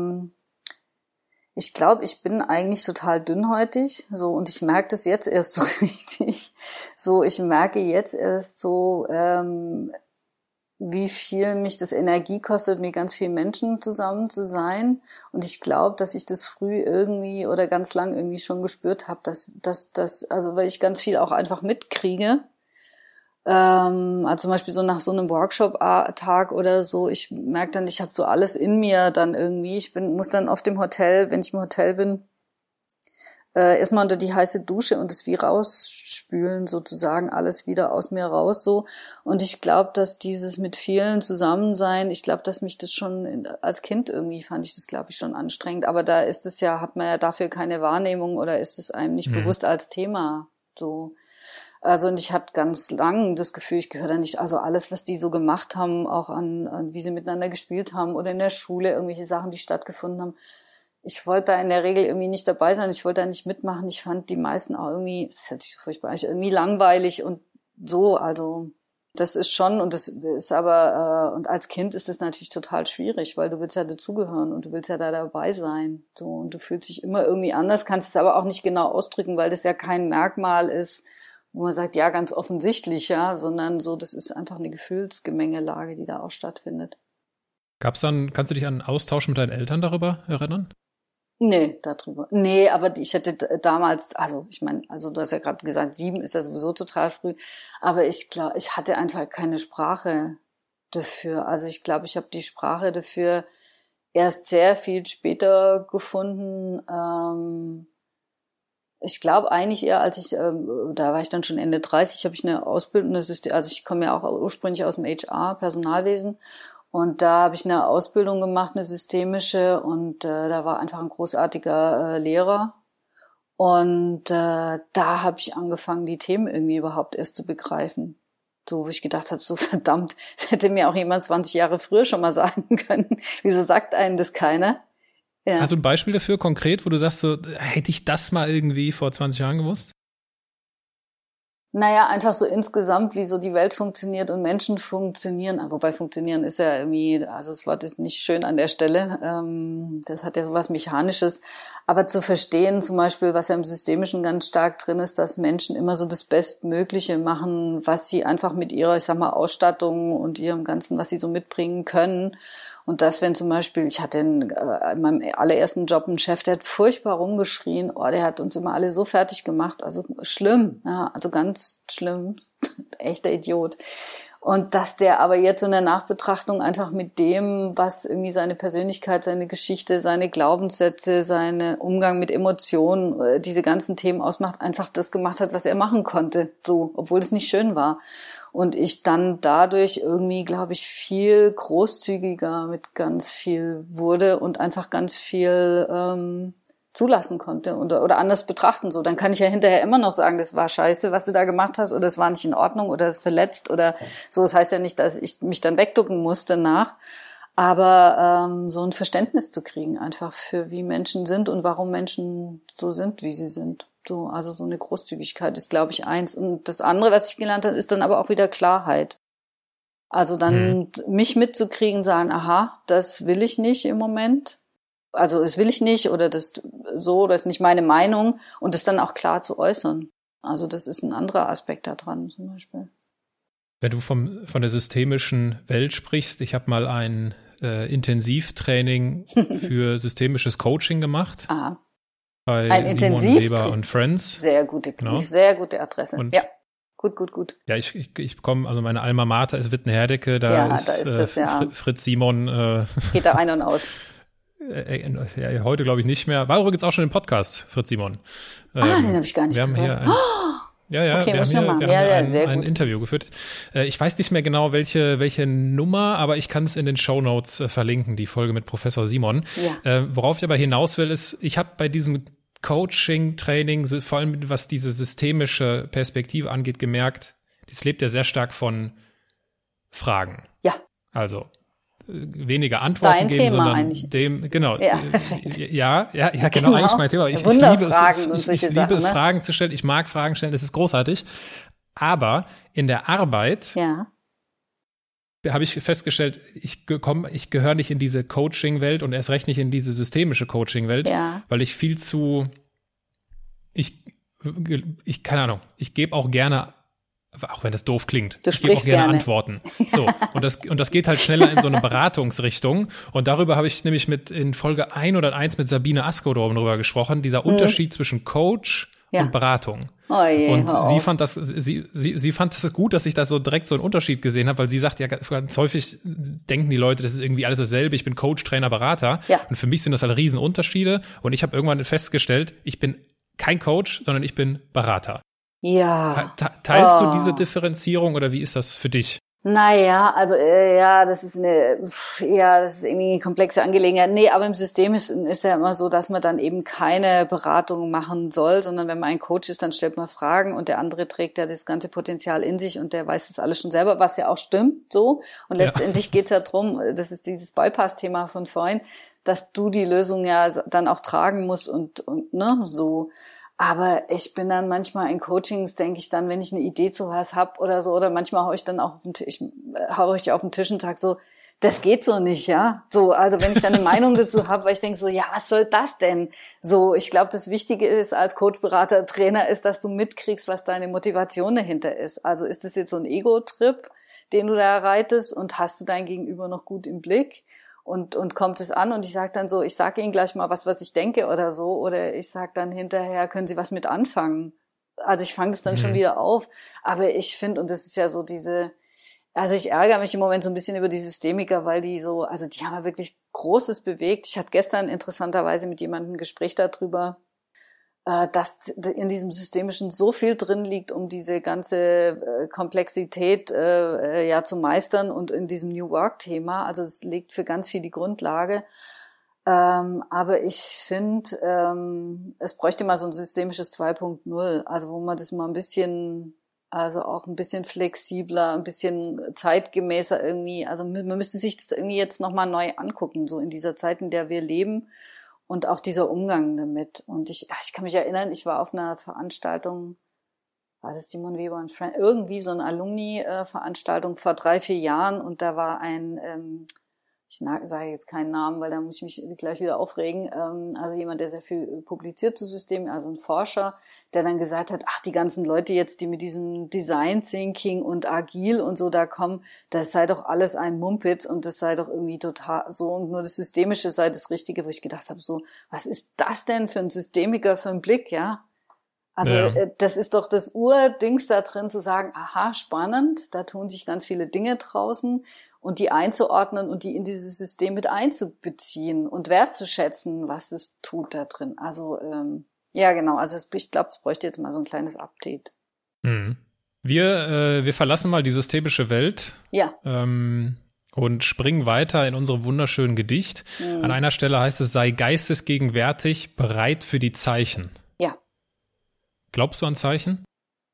Speaker 3: glaube, ich bin eigentlich total dünnhäutig, so, und ich merke das jetzt erst so richtig. So, ich merke jetzt erst so, wie viel mich das Energie kostet, mit ganz vielen Menschen zusammen zu sein. Und ich glaube, dass ich das früh irgendwie oder ganz lang irgendwie schon gespürt habe, also weil ich ganz viel auch einfach mitkriege. Also zum Beispiel so nach so einem Workshop-Tag oder so, ich merke dann, ich habe so alles in mir dann irgendwie. Muss dann auf dem Hotel, wenn ich im Hotel bin, erstmal unter die heiße Dusche und es wie rausspülen sozusagen, alles wieder aus mir raus so. Und ich glaube, dass dieses mit vielen Zusammensein, ich glaube, dass mich das schon als Kind irgendwie fand ich das, glaube ich, schon anstrengend. Aber da ist es ja, hat man ja dafür keine Wahrnehmung oder ist es einem nicht bewusst als Thema so. Also und ich hatte ganz lang das Gefühl, ich gehöre da nicht, also alles, was die so gemacht haben, auch an wie sie miteinander gespielt haben oder in der Schule, irgendwelche Sachen, die stattgefunden haben. Ich wollte da in der Regel irgendwie nicht dabei sein, ich wollte da nicht mitmachen. Ich fand die meisten auch irgendwie, das hört sich so furchtbar an, irgendwie langweilig und so, also das ist schon, und das ist aber, und als Kind ist das natürlich total schwierig, weil du willst ja dazugehören und du willst ja da dabei sein, so, und du fühlst dich immer irgendwie anders, kannst es aber auch nicht genau ausdrücken, weil das ja kein Merkmal ist, wo man sagt, ja, ganz offensichtlich, ja, sondern so, das ist einfach eine Gefühlsgemengelage, die da auch stattfindet.
Speaker 1: Gab's dann, kannst du dich an einen Austausch mit deinen Eltern darüber erinnern?
Speaker 3: Nee, darüber. Nee, aber ich hätte damals, also ich meine, also du hast ja gerade gesagt, 7 ist ja sowieso total früh, aber ich glaube, ich hatte einfach keine Sprache dafür. Also ich glaube, ich habe die Sprache dafür erst sehr viel später gefunden. Ich glaube eigentlich eher, als da war ich dann schon Ende 30, habe ich eine Ausbildung, also ich komme ja auch ursprünglich aus dem HR, Personalwesen. Und da habe ich eine Ausbildung gemacht, eine systemische, und da war einfach ein großartiger Lehrer. Und da habe ich angefangen, die Themen irgendwie überhaupt erst zu begreifen. So, wo ich gedacht habe, so verdammt, das hätte mir auch jemand 20 Jahre früher schon mal sagen können. Wieso sagt einem das keiner? Ja.
Speaker 1: Hast du ein Beispiel dafür konkret, wo du sagst, so hätte ich das mal irgendwie vor 20 Jahren gewusst?
Speaker 3: Naja, einfach so insgesamt, wie so die Welt funktioniert und Menschen funktionieren. Wobei funktionieren ist ja irgendwie, also das Wort ist nicht schön an der Stelle. Das hat ja sowas Mechanisches. Aber zu verstehen zum Beispiel, was ja im Systemischen ganz stark drin ist, dass Menschen immer so das Bestmögliche machen, was sie einfach mit ihrer, ich sag mal, Ausstattung und ihrem Ganzen, was sie so mitbringen können. Und das, wenn zum Beispiel, ich hatte in meinem allerersten Job einen Chef, der hat furchtbar rumgeschrien, der hat uns immer alle so fertig gemacht, also schlimm, ja, also ganz schlimm, echter Idiot. Und dass der aber jetzt in der Nachbetrachtung einfach mit dem, was irgendwie seine Persönlichkeit, seine Geschichte, seine Glaubenssätze, seinen Umgang mit Emotionen, diese ganzen Themen ausmacht, einfach das gemacht hat, was er machen konnte, so, obwohl es nicht schön war. Und ich dann dadurch irgendwie, glaube ich, viel großzügiger mit ganz viel wurde und einfach ganz viel zulassen konnte oder anders betrachten. So, dann kann ich ja hinterher immer noch sagen, das war scheiße, was du da gemacht hast, oder es war nicht in Ordnung oder es verletzt oder so. Das heißt ja nicht, dass ich mich dann wegducken musste nach. Aber so ein Verständnis zu kriegen, einfach für wie Menschen sind und warum Menschen so sind, wie sie sind. So, also so eine Großzügigkeit ist, glaube ich, eins. Und das andere, was ich gelernt habe, ist dann aber auch wieder Klarheit. Also dann mich mitzukriegen, sagen, aha, das will ich nicht im Moment. Also das will ich nicht oder das ist nicht meine Meinung und das dann auch klar zu äußern. Also das ist ein anderer Aspekt da dran zum Beispiel.
Speaker 1: Wenn du von der systemischen Welt sprichst, ich habe mal ein Intensivtraining für systemisches Coaching gemacht.
Speaker 3: Aha.
Speaker 1: Bei
Speaker 3: ein
Speaker 1: Simon Weber und Friends.
Speaker 3: Sehr gute Adresse.
Speaker 1: Und
Speaker 3: ja, gut.
Speaker 1: Ja, ich komme, also meine Alma Mater ist Wittenherdecke, da ist das, Fritz Simon.
Speaker 3: Geht da ein und aus.
Speaker 1: Ja, heute glaube ich nicht mehr. War übrigens auch schon im Podcast, Fritz Simon.
Speaker 3: Den habe ich gar nicht gehört.
Speaker 1: Wir haben hier ein Interview geführt. Ich weiß nicht mehr genau, welche Nummer, aber ich kann es in den Shownotes verlinken, die Folge mit Professor Simon. Ja. Worauf ich aber hinaus will, ist, ich habe bei diesem Coaching-Training, vor allem was diese systemische Perspektive angeht, gemerkt, das lebt ja sehr stark von Fragen.
Speaker 3: Ja.
Speaker 1: Also weniger Antworten
Speaker 3: Dein
Speaker 1: geben,
Speaker 3: Thema
Speaker 1: sondern
Speaker 3: eigentlich.
Speaker 1: Genau. Ja, genau,
Speaker 3: genau.
Speaker 1: eigentlich mein Thema. Ich liebe es, Fragen zu stellen. Ich mag Fragen stellen, das ist großartig. Aber in der Arbeit habe ich festgestellt, ich gehöre nicht in diese Coaching-Welt und erst recht nicht in diese systemische Coaching-Welt, weil ich viel zu, keine Ahnung, ich gebe auch gerne, auch wenn das doof klingt, ich gebe auch gerne Antworten. So, und das geht halt schneller in so eine Beratungsrichtung. Und darüber habe ich nämlich in Folge 101 mit Sabine Asko drüber gesprochen, dieser Unterschied zwischen Coach und Beratung.
Speaker 3: Oh je,
Speaker 1: und sie fand das gut, dass ich da so direkt so einen Unterschied gesehen habe, weil sie sagt, ja, ganz häufig denken die Leute, das ist irgendwie alles dasselbe, ich bin Coach, Trainer, Berater. Ja. Und für mich sind das halt Riesenunterschiede. Und ich habe irgendwann festgestellt, ich bin kein Coach, sondern ich bin Berater.
Speaker 3: Ja.
Speaker 1: Teilst du diese Differenzierung oder wie ist das für dich?
Speaker 3: Naja, also das ist irgendwie eine komplexe Angelegenheit. Nee, aber im System ist ja immer so, dass man dann eben keine Beratung machen soll, sondern wenn man ein Coach ist, dann stellt man Fragen und der andere trägt ja das ganze Potenzial in sich und der weiß das alles schon selber, was ja auch stimmt, so. Und letztendlich geht's ja drum, das ist dieses Bypass-Thema von vorhin, dass du die Lösung ja dann auch tragen musst und so. Aber ich bin dann manchmal in Coachings, denke ich dann, wenn ich eine Idee zu was hab oder so, oder manchmal hau ich dann auch auf den Tisch und sag so, das geht so nicht, ja. So, also wenn ich dann eine Meinung dazu habe, weil ich denke so, ja, was soll das denn? So, ich glaube, das Wichtige ist als Coach, Berater, Trainer ist, dass du mitkriegst, was deine Motivation dahinter ist. Also ist das jetzt so ein Ego-Trip, den du da reitest und hast du dein Gegenüber noch gut im Blick? Und kommt es an und ich sage dann so, ich sage Ihnen gleich mal was ich denke oder so, oder ich sage dann hinterher, können Sie was mit anfangen? Also ich fange das dann schon wieder auf, aber ich finde, und das ist ja so also ich ärgere mich im Moment so ein bisschen über die Systemiker, weil die haben ja wirklich Großes bewegt. Ich hatte gestern interessanterweise mit jemandem ein Gespräch darüber, dass in diesem Systemischen so viel drin liegt, um diese ganze Komplexität zu meistern und in diesem New Work-Thema. Also es legt für ganz viel die Grundlage. Aber ich finde, es bräuchte mal so ein systemisches 2.0, also wo man das mal ein bisschen, also auch ein bisschen flexibler, ein bisschen zeitgemäßer irgendwie, also man müsste sich das irgendwie jetzt nochmal neu angucken, so in dieser Zeit, in der wir leben. Und auch dieser Umgang damit. Und ich kann mich erinnern, ich war auf einer Veranstaltung, war das Simon Weber und Friends, irgendwie so eine Alumni-Veranstaltung vor 3-4 Jahren und da war ein, ich sage jetzt keinen Namen, weil da muss ich mich gleich wieder aufregen, also jemand, der sehr viel publiziert zu Systemen, also ein Forscher, der dann gesagt hat, ach, die ganzen Leute jetzt, die mit diesem Design Thinking und agil und so da kommen, das sei doch alles ein Mumpitz und das sei doch irgendwie total so und nur das Systemische sei das Richtige, wo ich gedacht habe, so, was ist das denn für ein Systemiker für ein Blick, ja? Also das ist doch das Urdings da drin zu sagen, aha, spannend, da tun sich ganz viele Dinge draußen und die einzuordnen und die in dieses System mit einzubeziehen und wertzuschätzen, was es tut da drin. Also genau, also ich glaube, es bräuchte jetzt mal so ein kleines Update.
Speaker 1: Mhm. Wir verlassen mal die systemische Welt.
Speaker 3: Ja.
Speaker 1: und springen weiter in unserem wunderschönen Gedicht. An einer Stelle heißt es, sei geistesgegenwärtig, bereit für die Zeichen.
Speaker 3: Ja.
Speaker 1: Glaubst du an Zeichen?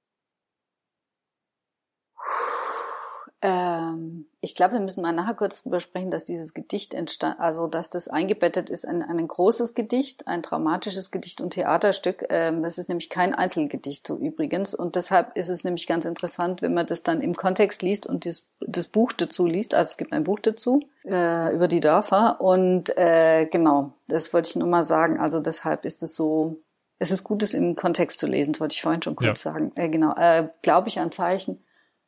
Speaker 3: Ich glaube, wir müssen mal nachher kurz drüber sprechen, dass dieses Gedicht dass das eingebettet ist in ein großes Gedicht, ein dramatisches Gedicht und Theaterstück. Das ist nämlich kein Einzelgedicht so übrigens. Und deshalb ist es nämlich ganz interessant, wenn man das dann im Kontext liest und das Buch dazu liest. Also es gibt ein Buch dazu über die Dörfer. Und genau, das wollte ich nur mal sagen. Also deshalb ist es so, es ist gut, es im Kontext zu lesen. Das wollte ich vorhin schon kurz sagen. Genau, glaube ich an Zeichen?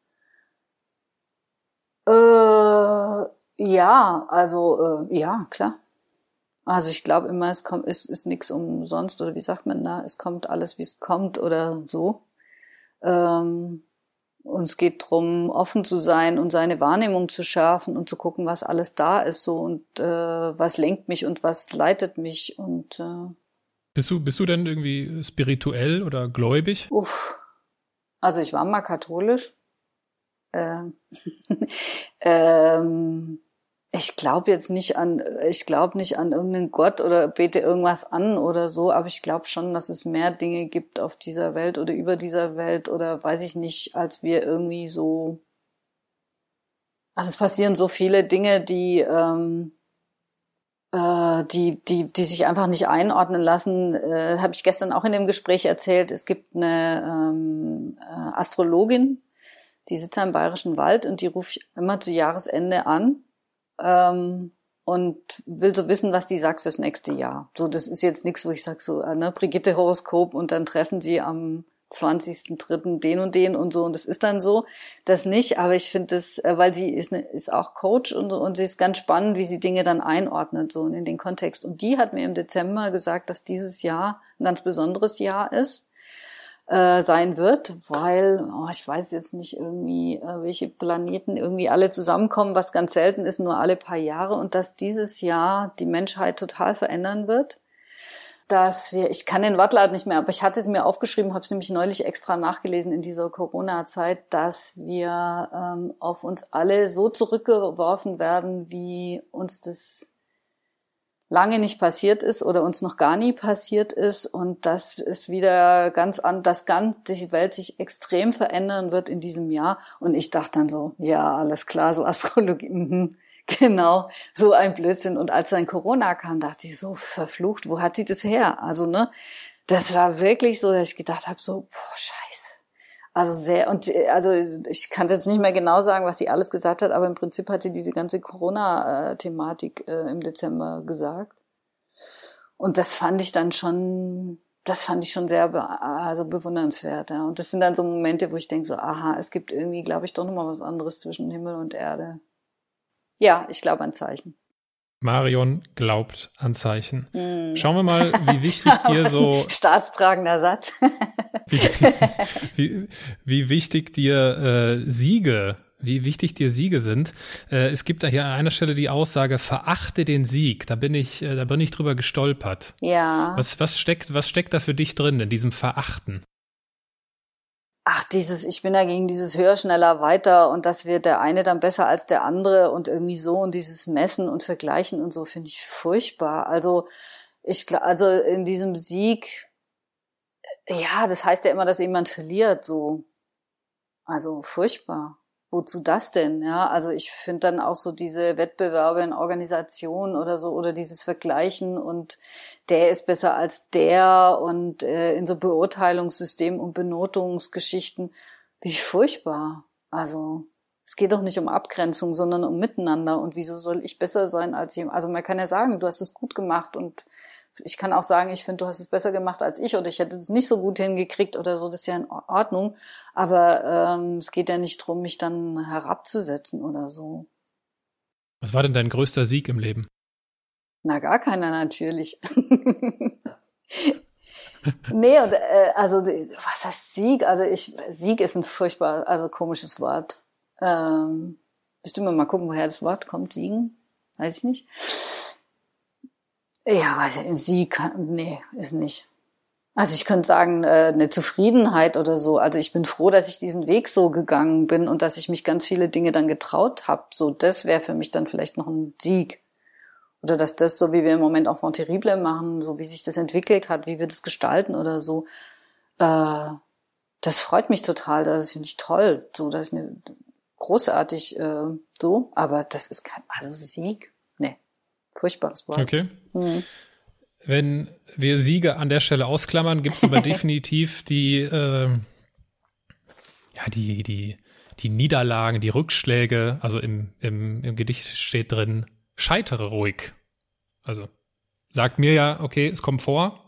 Speaker 3: Ja, also ja, klar. Also ich glaube immer, es ist nichts umsonst, oder wie sagt man da, es kommt alles, wie es kommt oder so. Und es geht drum, offen zu sein und seine Wahrnehmung zu schärfen und zu gucken, was alles da ist so und was lenkt mich und was leitet mich und
Speaker 1: Bist du denn irgendwie spirituell oder gläubig?
Speaker 3: Also ich war mal katholisch. Ich glaube nicht an irgendeinen Gott oder bete irgendwas an oder so, aber ich glaube schon, dass es mehr Dinge gibt auf dieser Welt oder über dieser Welt oder weiß ich nicht, als wir irgendwie so, also es passieren so viele Dinge, die sich einfach nicht einordnen lassen, habe ich gestern auch in dem Gespräch erzählt. Es gibt eine Astrologin, die sitzt im Bayerischen Wald und die rufe ich immer zu Jahresende an und will so wissen, was die sagt fürs nächste Jahr. So, das ist jetzt nichts, wo ich sage so, Brigitte Horoskop und dann treffen sie am 20.03. den und so und das ist dann so, das nicht, aber ich finde das, weil sie ist auch Coach und sie ist ganz spannend, wie sie Dinge dann einordnet, so in den Kontext. Und die hat mir im Dezember gesagt, dass dieses Jahr ein ganz besonderes Jahr ist, sein wird, weil, ich weiß jetzt nicht irgendwie, welche Planeten irgendwie alle zusammenkommen, was ganz selten ist, nur alle paar Jahre und dass dieses Jahr die Menschheit total verändern wird. Ich kann den Wortlaut nicht mehr, aber ich hatte es mir aufgeschrieben, habe es nämlich neulich extra nachgelesen in dieser Corona-Zeit, dass wir auf uns alle so zurückgeworfen werden, wie uns das lange nicht passiert ist oder uns noch gar nie passiert ist und dass es wieder die Welt sich extrem verändern wird in diesem Jahr. Und ich dachte dann so, ja, alles klar, so Astrologie, genau, so ein Blödsinn. Und als dann Corona kam, dachte ich so, verflucht, wo hat sie das her? Also, das war wirklich so, dass ich gedacht habe, so, boah, scheiße. Also ich kann jetzt nicht mehr genau sagen, was sie alles gesagt hat, aber im Prinzip hat sie diese ganze Corona-Thematik im Dezember gesagt. Und das fand ich schon sehr bewundernswert. Ja. Und das sind dann so Momente, wo ich denke so, aha, es gibt irgendwie, glaube ich, doch nochmal was anderes zwischen Himmel und Erde. Ja, ich glaube an Zeichen.
Speaker 1: Marion glaubt an Zeichen. Schauen wir mal, wie wichtig dir so...
Speaker 3: Staatstragender Satz.
Speaker 1: wie wichtig dir Siege sind. Es gibt da hier an einer Stelle die Aussage, verachte den Sieg. Da bin ich drüber gestolpert.
Speaker 3: Ja.
Speaker 1: Was steckt da für dich drin in diesem Verachten?
Speaker 3: Ich bin ja gegen dieses höher, schneller, weiter und dass wir der eine dann besser als der andere und irgendwie so und dieses Messen und Vergleichen und so finde ich furchtbar. Also in diesem Sieg, ja, das heißt ja immer, dass jemand verliert, so. Also furchtbar. Wozu das denn? Ja, also ich finde dann auch so diese Wettbewerbe in Organisationen oder so oder dieses Vergleichen und der ist besser als der und in so Beurteilungssystemen und Benotungsgeschichten, wie furchtbar. Also es geht doch nicht um Abgrenzung, sondern um Miteinander und wieso soll ich besser sein als jemand? Also man kann ja sagen, du hast es gut gemacht und ich kann auch sagen, ich finde, du hast es besser gemacht als ich oder ich hätte es nicht so gut hingekriegt oder so, das ist ja in Ordnung. Aber es geht ja nicht drum, mich dann herabzusetzen oder so.
Speaker 1: Was war denn dein größter Sieg im Leben?
Speaker 3: Na, gar keiner natürlich. Nee, und was heißt Sieg? Also Sieg ist ein furchtbar, komisches Wort. Müsste man mal gucken, woher das Wort kommt, siegen? Weiß ich nicht. Ja, Sieg, nee, ist nicht. Also ich könnte sagen, eine Zufriedenheit oder so. Also ich bin froh, dass ich diesen Weg so gegangen bin und dass ich mich ganz viele Dinge dann getraut habe. So, das wäre für mich dann vielleicht noch ein Sieg. Oder dass das, so wie wir im Moment auch von Terrible machen, so wie sich das entwickelt hat, wie wir das gestalten oder so, das freut mich total. Das finde ich toll. So, das ist großartig so. Aber das ist kein, also Sieg. Nee, furchtbares Wort.
Speaker 1: Okay. Wenn wir Siege an der Stelle ausklammern, gibt es aber definitiv die Niederlagen, die Rückschläge. Also im Gedicht steht drin, scheitere ruhig. Also sagt mir ja, okay, es kommt vor.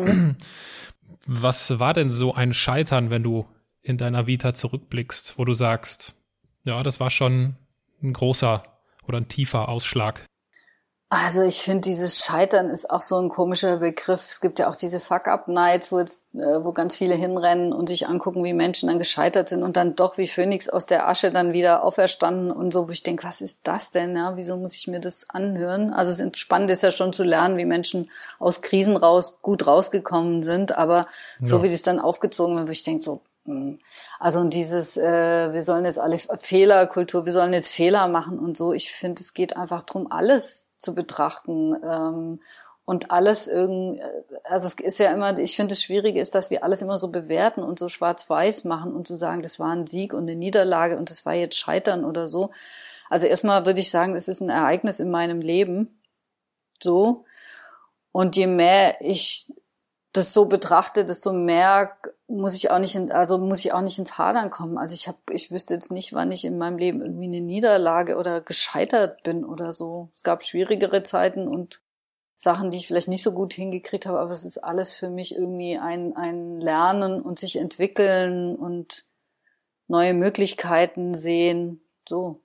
Speaker 1: Was war denn so ein Scheitern, wenn du in deiner Vita zurückblickst, wo du sagst, ja, das war schon ein großer oder ein tiefer Ausschlag?
Speaker 3: Also ich finde, dieses Scheitern ist auch so ein komischer Begriff. Es gibt ja auch diese Fuck-Up-Nights, wo ganz viele hinrennen und sich angucken, wie Menschen dann gescheitert sind und dann doch wie Phönix aus der Asche dann wieder auferstanden und so, wo ich denke, was ist das denn? Ja, wieso muss ich mir das anhören? Also es ist spannend, ist ja schon zu lernen, wie Menschen aus Krisen gut rausgekommen sind, aber so wie das dann aufgezogen wird, wo ich denke so, also und dieses, wir sollen jetzt alle Fehlerkultur, wir sollen jetzt Fehler machen und so. Ich finde, es geht einfach drum, alles zu betrachten und alles also es ist ja immer, ich finde, das Schwierige ist, dass wir alles immer so bewerten und so schwarz-weiß machen und zu sagen, das war ein Sieg und eine Niederlage und das war jetzt Scheitern oder so. Also erstmal würde ich sagen, es ist ein Ereignis in meinem Leben, so. Und je mehr ich das so betrachte, desto mehr muss ich auch nicht ins Hadern kommen. Also ich wüsste jetzt nicht, wann ich in meinem Leben irgendwie eine Niederlage oder gescheitert bin oder so. Es gab schwierigere Zeiten und Sachen, die ich vielleicht nicht so gut hingekriegt habe, aber es ist alles für mich irgendwie ein Lernen und sich entwickeln und neue Möglichkeiten sehen, so.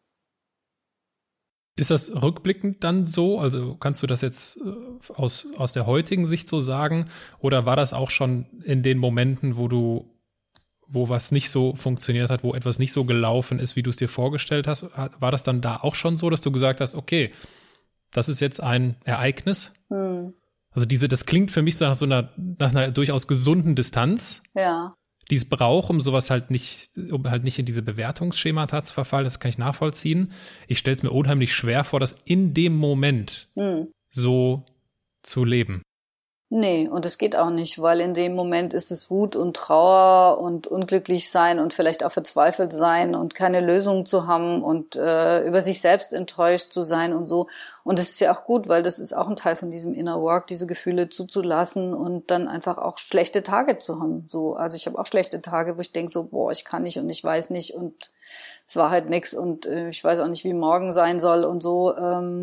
Speaker 1: Ist das rückblickend dann so? Also kannst du das jetzt aus der heutigen Sicht so sagen? Oder war das auch schon in den Momenten, wo was nicht so funktioniert hat, wo etwas nicht so gelaufen ist, wie du es dir vorgestellt hast? War das dann da auch schon so, dass du gesagt hast, okay, das ist jetzt ein Ereignis? Also das klingt für mich so nach einer durchaus gesunden Distanz.
Speaker 3: Ja.
Speaker 1: Die es braucht, um halt nicht in diese Bewertungsschemata zu verfallen, das kann ich nachvollziehen. Ich stelle es mir unheimlich schwer vor, das in dem Moment so zu leben.
Speaker 3: Nee, und es geht auch nicht, weil in dem Moment ist es Wut und Trauer und unglücklich sein und vielleicht auch verzweifelt sein und keine Lösung zu haben und über sich selbst enttäuscht zu sein und so. Und es ist ja auch gut, weil das ist auch ein Teil von diesem Inner Work, diese Gefühle zuzulassen und dann einfach auch schlechte Tage zu haben. So, also ich habe auch schlechte Tage, wo ich denke so, boah, ich kann nicht und ich weiß nicht und es war halt nix und ich weiß auch nicht, wie morgen sein soll und so.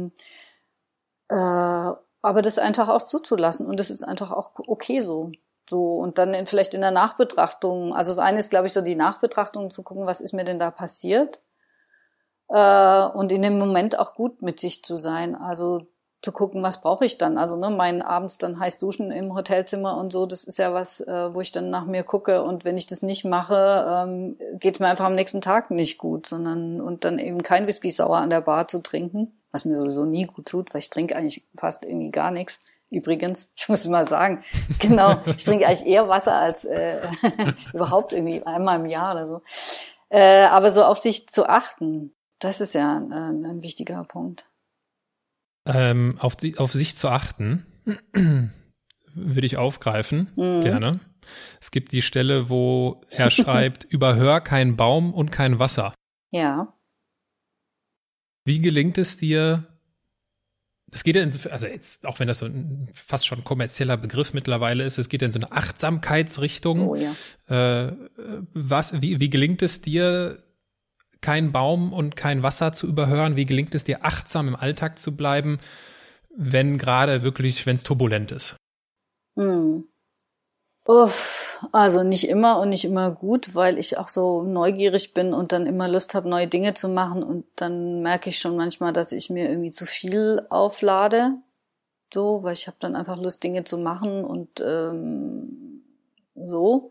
Speaker 3: Aber das einfach auch zuzulassen und das ist einfach auch okay so. Und dann vielleicht in der Nachbetrachtung, also das eine ist, glaube ich, so die Nachbetrachtung zu gucken, was ist mir denn da passiert? Und in dem Moment auch gut mit sich zu sein, also zu gucken, was brauche ich dann? Also meinen abends dann heiß duschen im Hotelzimmer und so, das ist ja was, wo ich dann nach mir gucke und wenn ich das nicht mache, geht's mir einfach am nächsten Tag nicht gut, und dann eben kein Whisky sauer an der Bar zu trinken, was mir sowieso nie gut tut, weil ich trinke eigentlich fast irgendwie gar nichts. Übrigens, ich muss mal sagen, genau, ich trinke eigentlich eher Wasser als überhaupt irgendwie einmal im Jahr oder so. Aber so auf sich zu achten, das ist ja ein wichtiger Punkt.
Speaker 1: Auf sich zu achten, würde ich aufgreifen, gerne. Es gibt die Stelle, wo er schreibt, überhör kein Baum und kein Wasser.
Speaker 3: Ja.
Speaker 1: Wie gelingt es dir, es geht ja also jetzt, auch wenn das so ein fast schon kommerzieller Begriff mittlerweile ist, es geht ja in so eine Achtsamkeitsrichtung.
Speaker 3: Oh ja.
Speaker 1: Wie gelingt es dir, kein Baum und kein Wasser zu überhören? Wie gelingt es dir, achtsam im Alltag zu bleiben, wenn es turbulent ist?
Speaker 3: Also nicht immer und nicht immer gut, weil ich auch so neugierig bin und dann immer Lust habe, neue Dinge zu machen und dann merke ich schon manchmal, dass ich mir irgendwie zu viel auflade, so, weil ich habe dann einfach Lust, Dinge zu machen und so.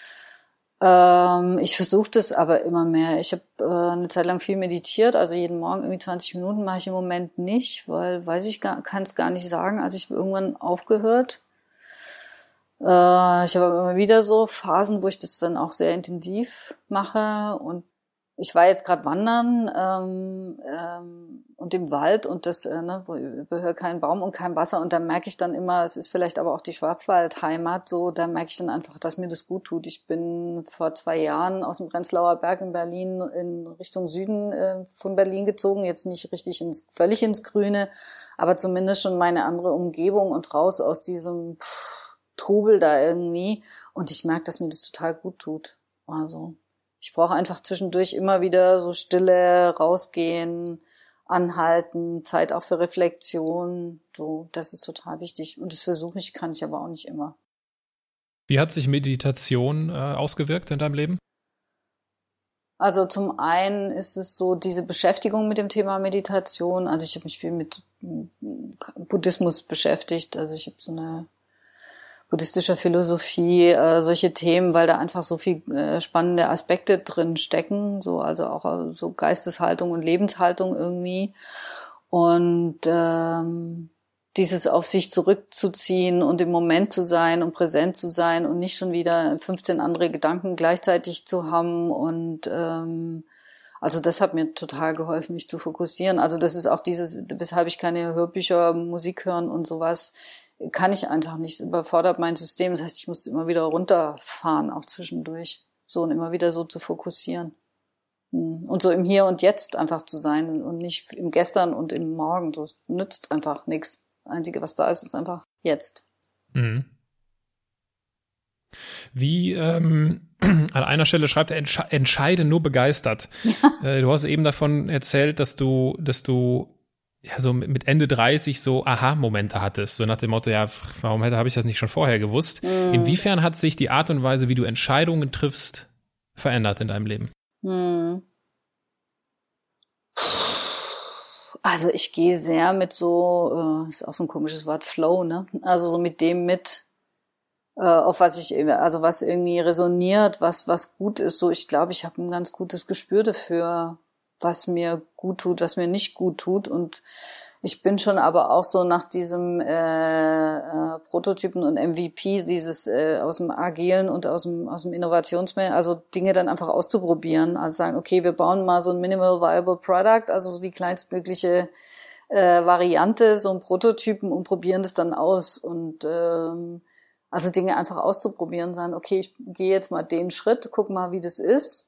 Speaker 3: Ich versuche das aber immer mehr. Ich habe eine Zeit lang viel meditiert, also jeden Morgen irgendwie 20 Minuten mache ich im Moment nicht, weil kann es gar nicht sagen. Also ich habe irgendwann aufgehört. Ich habe immer wieder so Phasen, wo ich das dann auch sehr intensiv mache. Und ich war jetzt gerade wandern und im Wald und wo ich überhöre keinen Baum und kein Wasser. Und da merke ich dann immer, es ist vielleicht aber auch die Schwarzwaldheimat so, da merke ich dann einfach, dass mir das gut tut. Ich bin vor 2 Jahren aus dem Prenzlauer Berg in Berlin in Richtung Süden von Berlin gezogen. Jetzt nicht richtig völlig ins Grüne, aber zumindest schon meine andere Umgebung und raus aus diesem Trubel da irgendwie. Und ich merke, dass mir das total gut tut. Also ich brauche einfach zwischendurch immer wieder so Stille, rausgehen, anhalten, Zeit auch für Reflexion. So, das ist total wichtig. Und das versuche ich, kann ich aber auch nicht immer.
Speaker 1: Wie hat sich Meditation ausgewirkt in deinem Leben?
Speaker 3: Also zum einen ist es so diese Beschäftigung mit dem Thema Meditation. Also ich habe mich viel mit Buddhismus beschäftigt. Also ich habe so eine buddhistischer Philosophie, solche Themen, weil da einfach so viel spannende Aspekte drin stecken, so also auch so Geisteshaltung und Lebenshaltung irgendwie. Und dieses auf sich zurückzuziehen und im Moment zu sein und präsent zu sein und nicht schon wieder 15 andere Gedanken gleichzeitig zu haben. Und also das hat mir total geholfen, mich zu fokussieren. Also das ist auch weshalb ich keine Hörbücher, Musik hören und sowas kann ich einfach nicht. Es überfordert mein System. Das heißt, ich musste immer wieder runterfahren, auch zwischendurch. So und immer wieder so zu fokussieren. Und so im Hier und Jetzt einfach zu sein und nicht im Gestern und im Morgen. Das nützt einfach nichts. Das Einzige, was da ist, ist einfach jetzt.
Speaker 1: Mhm. Wie an einer Stelle schreibt er, entscheide nur begeistert. Du hast eben davon erzählt, dass du ja so mit Ende 30 so Aha-Momente hattest, so nach dem Motto, ja, warum habe ich das nicht schon vorher gewusst? Inwiefern hat sich die Art und Weise, wie du Entscheidungen triffst, verändert in deinem Leben?
Speaker 3: Also ich gehe sehr mit so, ist auch so ein komisches Wort, Flow, ne? Also so mit dem auf was was irgendwie resoniert, was gut ist. So, ich glaube, ich habe ein ganz gutes Gespür dafür, was mir gut tut, was mir nicht gut tut. Und ich bin schon aber auch so nach diesem Prototypen und MVP, dieses aus dem Agilen und aus dem Innovationsmanagement, also Dinge dann einfach auszuprobieren. Also sagen, okay, wir bauen mal so ein Minimal Viable Product, also so die kleinstmögliche Variante, so ein Prototypen und probieren das dann aus. Und also Dinge einfach auszuprobieren, sagen, okay, ich gehe jetzt mal den Schritt, guck mal, wie das ist.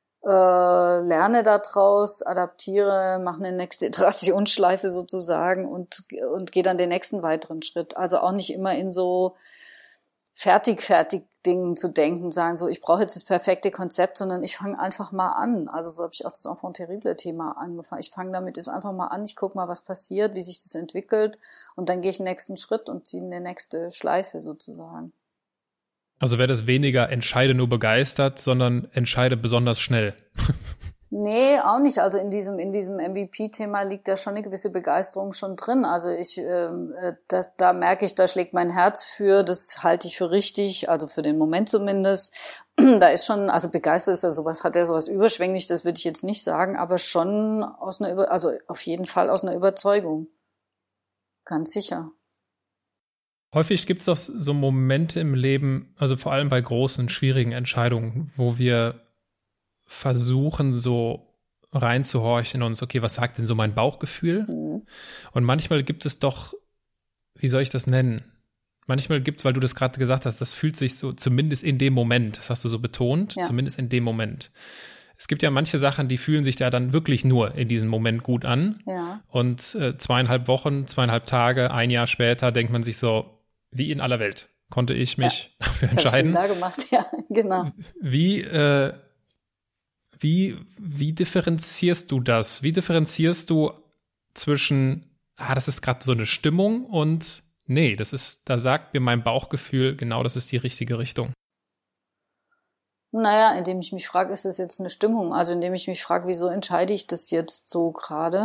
Speaker 3: Lerne daraus, adaptiere, mache eine nächste Iterationsschleife sozusagen und gehe dann den nächsten weiteren Schritt. Also auch nicht immer in so fertig Dingen zu denken, sagen so, ich brauche jetzt das perfekte Konzept, sondern ich fange einfach mal an. Also so habe ich auch das Enfant terrible Thema angefangen. Ich fange damit jetzt einfach mal an, ich gucke mal, was passiert, wie sich das entwickelt und dann gehe ich den nächsten Schritt und ziehe eine nächste Schleife sozusagen.
Speaker 1: Also wäre das weniger entscheide nur begeistert, sondern entscheide besonders schnell.
Speaker 3: Nee, auch nicht. Also in diesem MVP-Thema liegt da schon eine gewisse Begeisterung schon drin. Also da merke ich, da schlägt mein Herz für, das halte ich für richtig, also für den Moment zumindest. Da ist schon, also begeistert ist ja sowas, hat ja sowas überschwänglich, das würde ich jetzt nicht sagen, aber schon also auf jeden Fall aus einer Überzeugung. Ganz sicher.
Speaker 1: Häufig gibt es auch so Momente im Leben, also vor allem bei großen, schwierigen Entscheidungen, wo wir versuchen, so reinzuhorchen in uns, okay, was sagt denn so mein Bauchgefühl? Und manchmal gibt es doch, wie soll ich das nennen? Manchmal gibt es, weil du das gerade gesagt hast, das fühlt sich so, zumindest in dem Moment, das hast du so betont, ja. Zumindest in dem Moment. Es gibt ja manche Sachen, die fühlen sich da dann wirklich nur in diesem Moment gut an. Ja. Und 2,5 Wochen, 2,5 Tage, 1 Jahr später denkt man sich so, wie in aller Welt konnte ich mich dafür entscheiden.
Speaker 3: Das habe ich da gemacht, ja, genau.
Speaker 1: Wie differenzierst du das? Wie differenzierst du zwischen, das ist gerade so eine Stimmung und nee, da sagt mir mein Bauchgefühl, genau, das ist die richtige Richtung.
Speaker 3: Naja, indem ich mich frage, ist das jetzt eine Stimmung? Also indem ich mich frage, wieso entscheide ich das jetzt so gerade?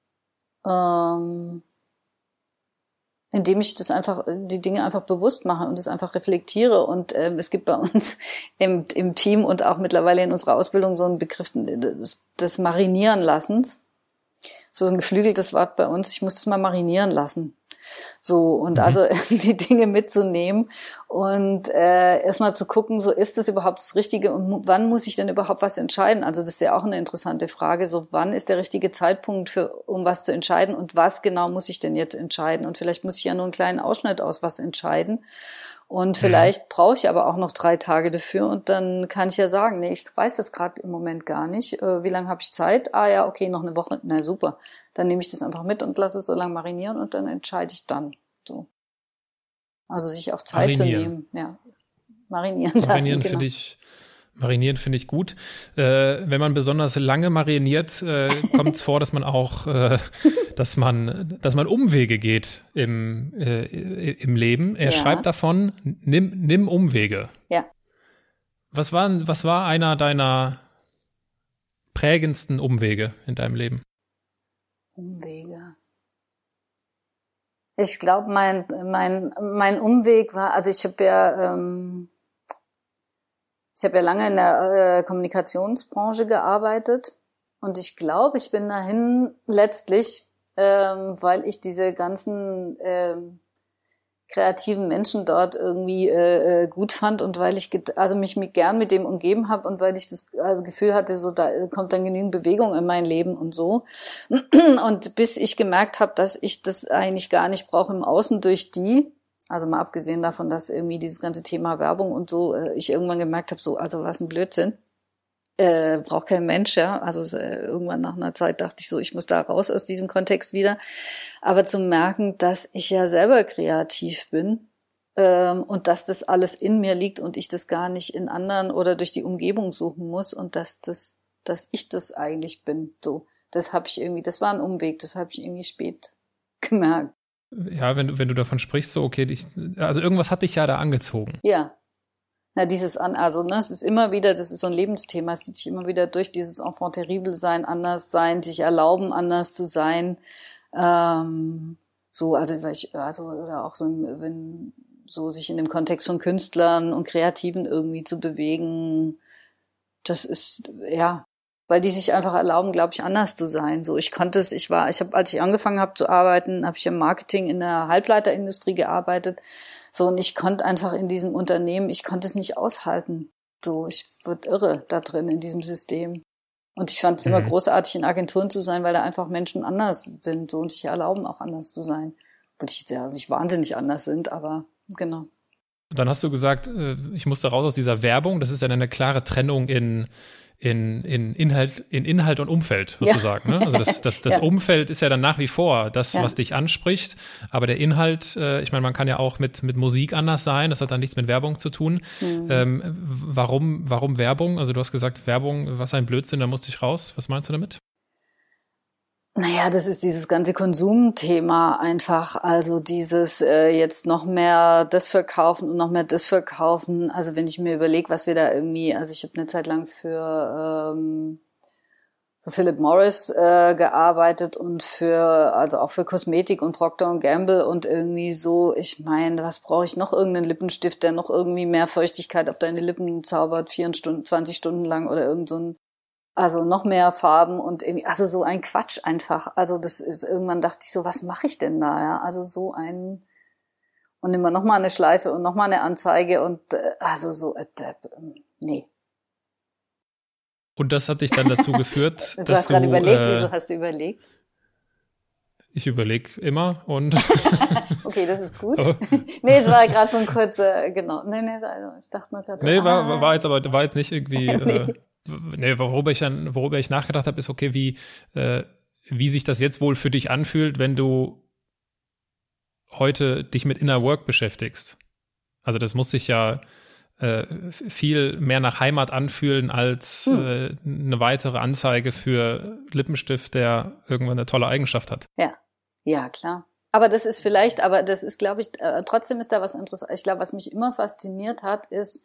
Speaker 3: Indem ich die Dinge einfach bewusst mache und es einfach reflektiere. Und es gibt bei uns im Team und auch mittlerweile in unserer Ausbildung so einen Begriff des Marinieren lassens. So ein geflügeltes Wort bei uns. Ich muss das mal marinieren lassen. So, und also die Dinge mitzunehmen und erstmal zu gucken, so ist das überhaupt das Richtige und wann muss ich denn überhaupt was entscheiden? Also das ist ja auch eine interessante Frage, so wann ist der richtige Zeitpunkt um was zu entscheiden und was genau muss ich denn jetzt entscheiden? Und vielleicht muss ich ja nur einen kleinen Ausschnitt aus was entscheiden. Und vielleicht brauche ich aber auch noch 3 Tage dafür und dann kann ich ja sagen, nee, ich weiß das gerade im Moment gar nicht. Wie lange habe ich Zeit? Ah ja, okay, noch eine Woche. Na super, dann nehme ich das einfach mit und lasse es so lange marinieren und dann entscheide ich dann. So. Also sich auch Zeit zu nehmen. Ja, marinieren lassen. Genau.
Speaker 1: Marinieren finde ich gut. Wenn man besonders lange mariniert, kommt es vor, dass man auch, dass man Umwege geht im Leben. Er schreibt davon, nimm Umwege.
Speaker 3: Ja.
Speaker 1: Was war einer deiner prägendsten Umwege in deinem Leben?
Speaker 3: Umwege. Ich glaube, mein Umweg war, also ich habe ja lange in der Kommunikationsbranche gearbeitet und ich glaube, ich bin dahin letztlich, weil ich diese ganzen kreativen Menschen dort irgendwie gut fand und weil ich mich gern mit dem umgeben habe und weil ich das Gefühl hatte, so da kommt dann genügend Bewegung in mein Leben und so. Und bis ich gemerkt habe, dass ich das eigentlich gar nicht brauche im Außen durch die, also mal abgesehen davon, dass irgendwie dieses ganze Thema Werbung und so, ich irgendwann gemerkt habe, so, also was ein Blödsinn. Braucht kein Mensch, ja. Also irgendwann nach einer Zeit dachte ich so, ich muss da raus aus diesem Kontext wieder. Aber zu merken, dass ich ja selber kreativ bin und dass das alles in mir liegt und ich das gar nicht in anderen oder durch die Umgebung suchen muss und dass ich das eigentlich bin. So, das war ein Umweg, das habe ich irgendwie spät gemerkt.
Speaker 1: Ja, wenn du davon sprichst, so okay, also irgendwas hat dich ja da angezogen.
Speaker 3: Ja. Na, es ist immer wieder, das ist so ein Lebensthema, es zieht sich immer wieder durch, dieses Enfant terrible sein, anders sein, sich erlauben, anders zu sein. Oder auch so, wenn so sich in dem Kontext von Künstlern und Kreativen irgendwie zu bewegen, das ist, ja, weil die sich einfach erlauben, glaube ich, anders zu sein. So, als ich angefangen habe zu arbeiten, habe ich im Marketing in der Halbleiterindustrie gearbeitet. So, und ich konnte einfach in diesem Unternehmen, ich konnte es nicht aushalten. So, ich wurde irre da drin in diesem System. Und ich fand es immer großartig, in Agenturen zu sein, weil da einfach Menschen anders sind so und sich erlauben, auch anders zu sein. Obwohl die ja nicht wahnsinnig anders sind, aber genau.
Speaker 1: Und dann hast du gesagt, ich musste raus aus dieser Werbung. Das ist ja eine klare Trennung in Inhalt und Umfeld sozusagen. Ja. Ne? Also das ja. Umfeld ist ja dann nach wie vor das, was dich anspricht. Aber der Inhalt, ich meine, man kann ja auch mit Musik anders sein. Das hat dann nichts mit Werbung zu tun. Warum Werbung? Also du hast gesagt, Werbung, was ein Blödsinn, da musste ich raus. Was meinst du damit?
Speaker 3: Naja, das ist dieses ganze Konsumthema einfach, also dieses jetzt noch mehr das verkaufen und noch mehr das verkaufen. Also wenn ich mir überlege, was wir da irgendwie, also ich habe eine Zeit lang für Philip Morris gearbeitet und auch für Kosmetik und Procter & Gamble und irgendwie so, ich meine, was brauche ich noch? Irgendeinen Lippenstift, der noch irgendwie mehr Feuchtigkeit auf deine Lippen zaubert, 20 Stunden lang oder irgend so ein, also noch mehr Farben und irgendwie, also so ein Quatsch einfach. Also das ist, irgendwann dachte ich so, was mache ich denn da? Ja? Also und immer noch mal eine Schleife und noch mal eine Anzeige und nee.
Speaker 1: Und das hat dich dann dazu geführt,
Speaker 3: du hast gerade überlegt, wieso hast du überlegt?
Speaker 1: Ich überlege immer und
Speaker 3: okay, das ist gut. Nee, es war gerade so ein kurzer, genau. Nee, also ich dachte mal gerade.
Speaker 1: Nee, war jetzt nicht irgendwie nee. Worüber ich nachgedacht habe, ist okay, wie sich das jetzt wohl für dich anfühlt, wenn du heute dich mit Inner Work beschäftigst. Also das muss sich ja viel mehr nach Heimat anfühlen als eine weitere Anzeige für Lippenstift, der irgendwann eine tolle Eigenschaft hat.
Speaker 3: Ja, klar. Aber das ist, glaube ich, trotzdem ist da was Interessantes. Ich glaube, was mich immer fasziniert hat, ist,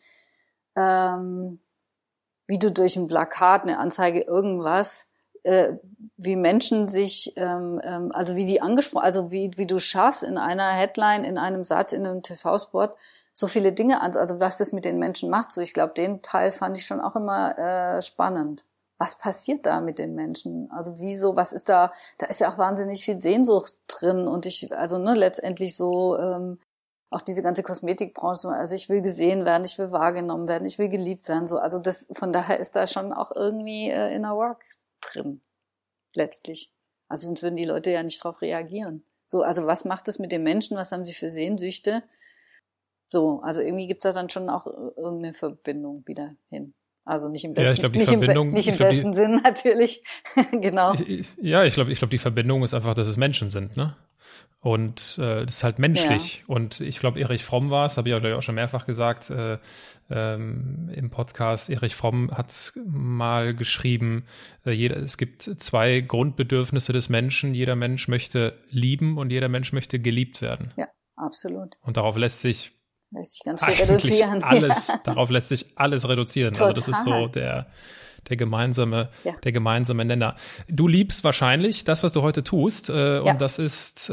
Speaker 3: wie du durch ein Plakat, eine Anzeige, irgendwas, wie Menschen sich, also wie die angesprochen, also wie du schaffst in einer Headline, in einem Satz, in einem TV-Spot, so viele Dinge, also was das mit den Menschen macht. So, ich glaube, den Teil fand ich schon auch immer spannend. was passiert da mit den Menschen? Also wieso, was ist da ist ja auch wahnsinnig viel Sehnsucht drin und letztendlich so, auch diese ganze Kosmetikbranche, also ich will gesehen werden, ich will wahrgenommen werden, ich will geliebt werden, so, also von daher ist da schon auch irgendwie Inner Work drin, letztlich. Also sonst würden die Leute ja nicht drauf reagieren. So, also was macht es mit den Menschen, was haben sie für Sehnsüchte? So, also irgendwie gibt's da dann schon auch irgendeine Verbindung wieder hin. Also nicht im besten,
Speaker 1: ja, ich glaub, die Verbindung,
Speaker 3: nicht im besten Sinn natürlich, genau.
Speaker 1: Ich glaube, die Verbindung ist einfach, dass es Menschen sind, ne? Und das ist halt menschlich. Ja. Und ich glaube, Erich Fromm war es, habe ich auch schon mehrfach gesagt im Podcast. Erich Fromm hat mal geschrieben, es gibt 2 Grundbedürfnisse des Menschen. Jeder Mensch möchte lieben und jeder Mensch möchte geliebt werden.
Speaker 3: Ja, absolut.
Speaker 1: Und darauf lässt sich
Speaker 3: ganz viel reduzieren.
Speaker 1: Darauf lässt sich alles reduzieren.
Speaker 3: Total.
Speaker 1: Also das ist so der gemeinsame Nenner. Du liebst wahrscheinlich das, was du heute tust, und das ist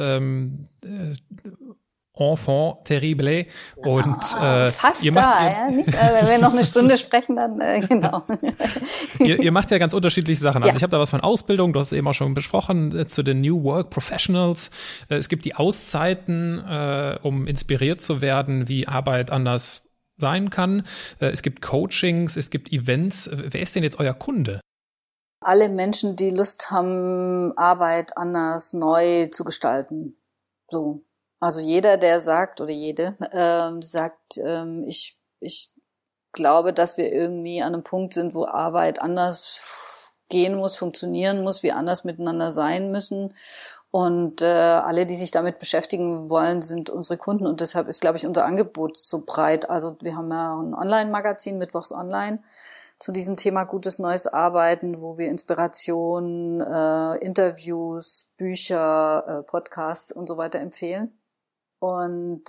Speaker 1: Enfant terrible. Und
Speaker 3: fast wenn wir noch eine Stunde sprechen, dann genau.
Speaker 1: ihr macht ja ganz unterschiedliche Sachen. Also ich habe da was von Ausbildung, du hast es eben auch schon besprochen, zu den New Work Professionals. Es gibt die Auszeiten, um inspiriert zu werden, wie Arbeit anders sein kann. Es gibt Coachings, es gibt Events. Wer ist denn jetzt euer Kunde?
Speaker 3: Alle Menschen, die Lust haben, Arbeit anders, neu zu gestalten. So. Also jeder, der sagt, oder jede, sagt, ich glaube, dass wir irgendwie an einem Punkt sind, wo Arbeit anders gehen muss, funktionieren muss, wir anders miteinander sein müssen. Und alle, die sich damit beschäftigen wollen, sind unsere Kunden. Und deshalb ist, glaube ich, unser Angebot so breit. Also wir haben ja ein Online-Magazin, Mittwochs Online, zu diesem Thema gutes neues Arbeiten, wo wir Inspirationen, Interviews, Bücher, Podcasts und so weiter empfehlen. Und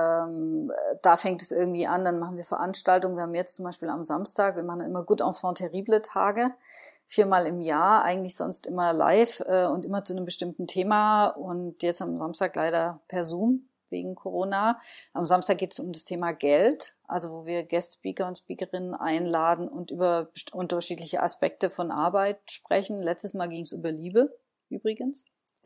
Speaker 3: da fängt es irgendwie an, dann machen wir Veranstaltungen. Wir haben jetzt zum Beispiel am Samstag, wir machen immer Good Enfant Terrible Tage, 4-mal im Jahr, eigentlich sonst immer live und immer zu einem bestimmten Thema. Und jetzt am Samstag leider per Zoom wegen Corona. Am Samstag geht es um das Thema Geld, also wo wir Guest-Speaker und Speakerinnen einladen und über unterschiedliche Aspekte von Arbeit sprechen. Letztes Mal ging es über Liebe übrigens.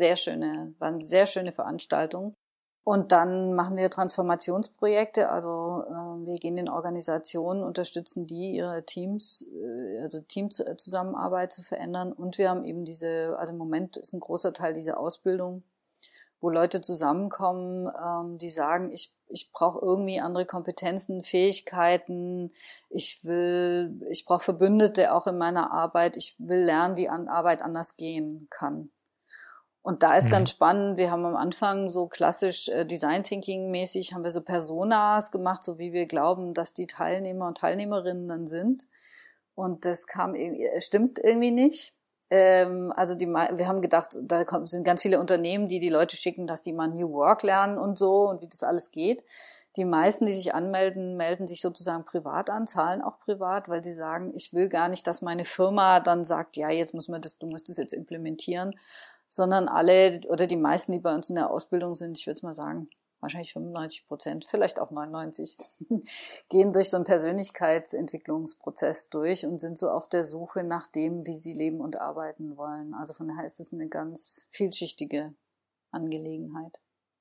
Speaker 3: War eine sehr schöne Veranstaltung. Und dann machen wir Transformationsprojekte, also wir gehen in Organisationen, unterstützen die, ihre Teams, also Teamzusammenarbeit zu verändern. Und wir haben eben also im Moment ist ein großer Teil diese Ausbildung, wo Leute zusammenkommen, die sagen, ich brauche irgendwie andere Kompetenzen, Fähigkeiten, ich brauche Verbündete auch in meiner Arbeit, ich will lernen, wie Arbeit anders gehen kann. Und da ist ganz spannend, wir haben am Anfang so klassisch Design Thinking mäßig, haben wir so Personas gemacht, so wie wir glauben, dass die Teilnehmer und Teilnehmerinnen dann sind. Und das stimmt irgendwie nicht. Also wir haben gedacht, sind ganz viele Unternehmen, die Leute schicken, dass die mal New Work lernen und so und wie das alles geht. Die meisten, die sich anmelden, melden sich sozusagen privat an, zahlen auch privat, weil sie sagen, ich will gar nicht, dass meine Firma dann sagt, ja, du musst das jetzt implementieren, sondern alle oder die meisten, die bei uns in der Ausbildung sind, ich würde es mal sagen, wahrscheinlich 95%, vielleicht auch 99%, gehen durch so einen Persönlichkeitsentwicklungsprozess durch und sind so auf der Suche nach dem, wie sie leben und arbeiten wollen. Also von daher ist es eine ganz vielschichtige Angelegenheit.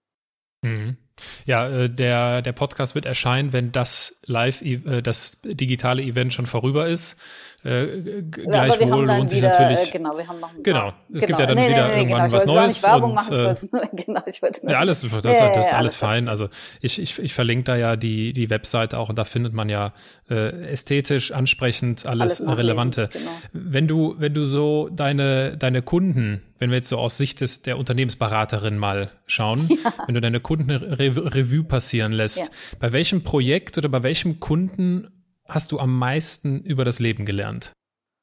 Speaker 1: Mhm. Ja, der Podcast wird erscheinen, wenn das das digitale Event schon vorüber ist. Gleichwohl lohnt sich natürlich.
Speaker 3: Genau, wir haben noch ein
Speaker 1: Genau, es gibt ja dann wieder irgendwann was Neues.
Speaker 3: Ich wollte
Speaker 1: ja, das ist alles fein. Also ich verlinke da ja die Webseite auch und da findet man ja ästhetisch ansprechend alles Relevante.
Speaker 3: Genau.
Speaker 1: Wenn du so deine Kunden, wenn wir jetzt so aus Sicht der Unternehmensberaterin mal schauen, wenn du deine Kunden Revue passieren lässt, bei welchem Projekt oder bei welchem Kunden hast du am meisten über das Leben gelernt?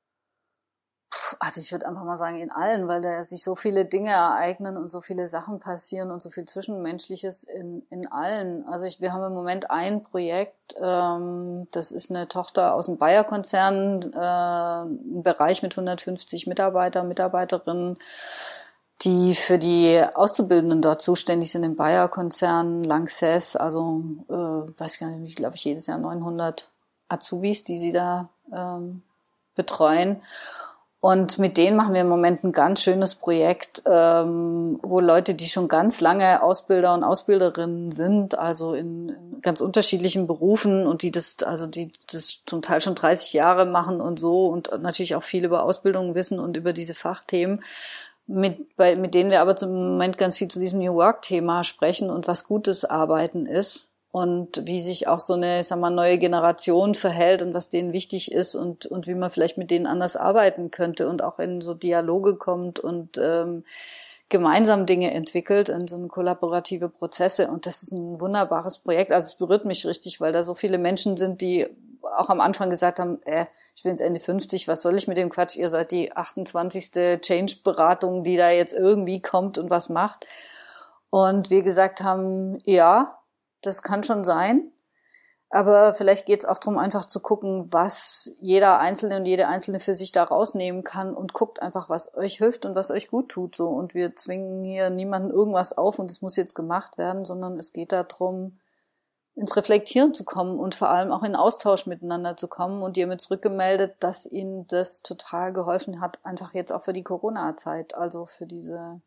Speaker 3: Also ich würde einfach mal sagen, in allen, weil da sich so viele Dinge ereignen und so viele Sachen passieren und so viel Zwischenmenschliches in allen. Also wir haben im Moment ein Projekt, das ist eine Tochter aus dem Bayer-Konzern, ein Bereich mit 150 Mitarbeiterinnen, die für die Auszubildenden dort zuständig sind im Bayer-Konzern, Lanxess, also weiß gar nicht, glaube ich, jedes Jahr 900 Azubis, die sie da betreuen. Und mit denen machen wir im Moment ein ganz schönes Projekt, wo Leute, die schon ganz lange Ausbilder und Ausbilderinnen sind, also in ganz unterschiedlichen Berufen und die das zum Teil schon 30 Jahre machen und so und natürlich auch viel über Ausbildung wissen und über diese Fachthemen, mit denen wir aber zum Moment ganz viel zu diesem New Work-Thema sprechen und was gutes Arbeiten ist. Und wie sich auch so eine, neue Generation verhält und was denen wichtig ist und wie man vielleicht mit denen anders arbeiten könnte und auch in so Dialoge kommt und gemeinsam Dinge entwickelt, in so eine kollaborative Prozesse. Und das ist ein wunderbares Projekt. Also es berührt mich richtig, weil da so viele Menschen sind, die auch am Anfang gesagt haben, ich bin jetzt Ende 50, was soll ich mit dem Quatsch? Ihr seid die 28. Change-Beratung, die da jetzt irgendwie kommt und was macht. Und wir gesagt haben, ja, das kann schon sein, aber vielleicht geht es auch darum, einfach zu gucken, was jeder Einzelne und jede Einzelne für sich da rausnehmen kann und guckt einfach, was euch hilft und was euch gut tut. So. Und wir zwingen hier niemanden irgendwas auf und es muss jetzt gemacht werden, sondern es geht darum, ins Reflektieren zu kommen und vor allem auch in Austausch miteinander zu kommen. Und die haben mir zurückgemeldet, dass ihnen das total geholfen hat, einfach jetzt auch für die Corona-Zeit, also für diese...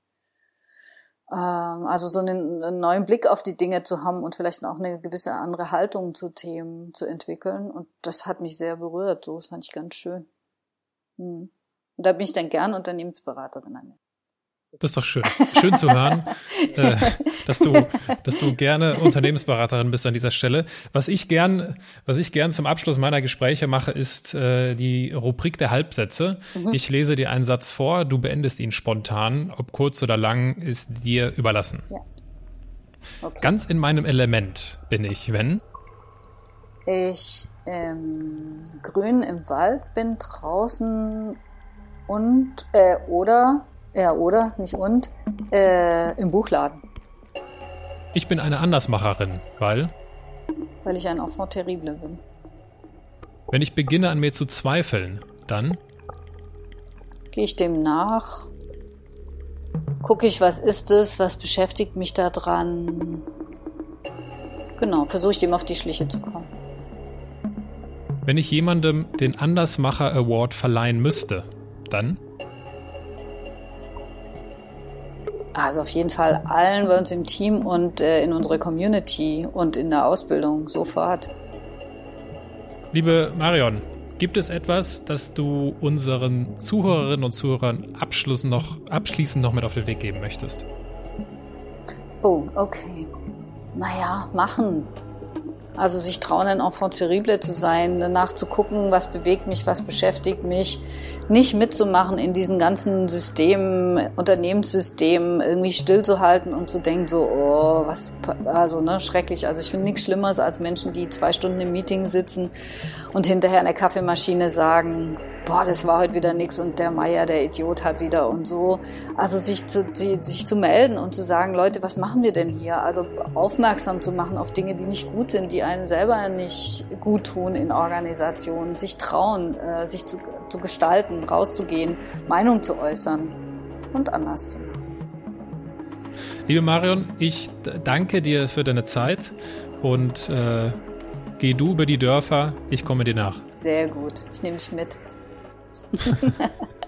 Speaker 3: Also so einen neuen Blick auf die Dinge zu haben und vielleicht auch eine gewisse andere Haltung zu Themen zu entwickeln. Und das hat mich sehr berührt. So, das fand ich ganz schön. Und da bin ich dann gern Unternehmensberaterin.
Speaker 1: Das ist doch schön. Schön zu hören, dass du gerne Unternehmensberaterin bist an dieser Stelle. Was ich gern zum Abschluss meiner Gespräche mache, ist die Rubrik der Halbsätze. Ich lese dir einen Satz vor, du beendest ihn spontan, ob kurz oder lang, ist dir überlassen. Ja. Okay. Ganz in meinem Element bin ich, wenn?
Speaker 3: Ich grün im Wald bin, draußen und im Buchladen.
Speaker 1: Ich bin eine Andersmacherin, weil
Speaker 3: ich ein Enfant terrible bin.
Speaker 1: Wenn ich beginne, an mir zu zweifeln, dann
Speaker 3: gehe ich dem nach, gucke ich, was ist es, was beschäftigt mich da dran. Genau, versuche ich dem auf die Schliche zu kommen.
Speaker 1: Wenn ich jemandem den Andersmacher Award verleihen müsste, dann
Speaker 3: also auf jeden Fall allen bei uns im Team und in unserer Community und in der Ausbildung sofort.
Speaker 1: Liebe Marion, gibt es etwas, das du unseren Zuhörerinnen und Zuhörern abschließend noch mit auf den Weg geben möchtest?
Speaker 3: Oh, okay. Naja, machen. Also sich trauen, ein Enfant terrible zu sein, danach zu gucken, was bewegt mich, was beschäftigt mich, nicht mitzumachen in diesen ganzen Systemen, Unternehmenssystemen, irgendwie stillzuhalten und zu denken so, schrecklich. Also ich finde nichts Schlimmeres als Menschen, die 2 Stunden im Meeting sitzen und hinterher an der Kaffeemaschine sagen, das war heute wieder nix und der Meier, der Idiot, hat wieder und so. Also sich zu melden und zu sagen, Leute, was machen wir denn hier? Also aufmerksam zu machen auf Dinge, die nicht gut sind, die einem selber nicht gut tun in Organisationen, sich trauen, sich zu gestalten, rauszugehen, Meinung zu äußern und anders zu machen.
Speaker 1: Liebe Marion, ich danke dir für deine Zeit und geh du über die Dörfer, ich komme dir nach.
Speaker 3: Sehr gut, ich nehme dich mit.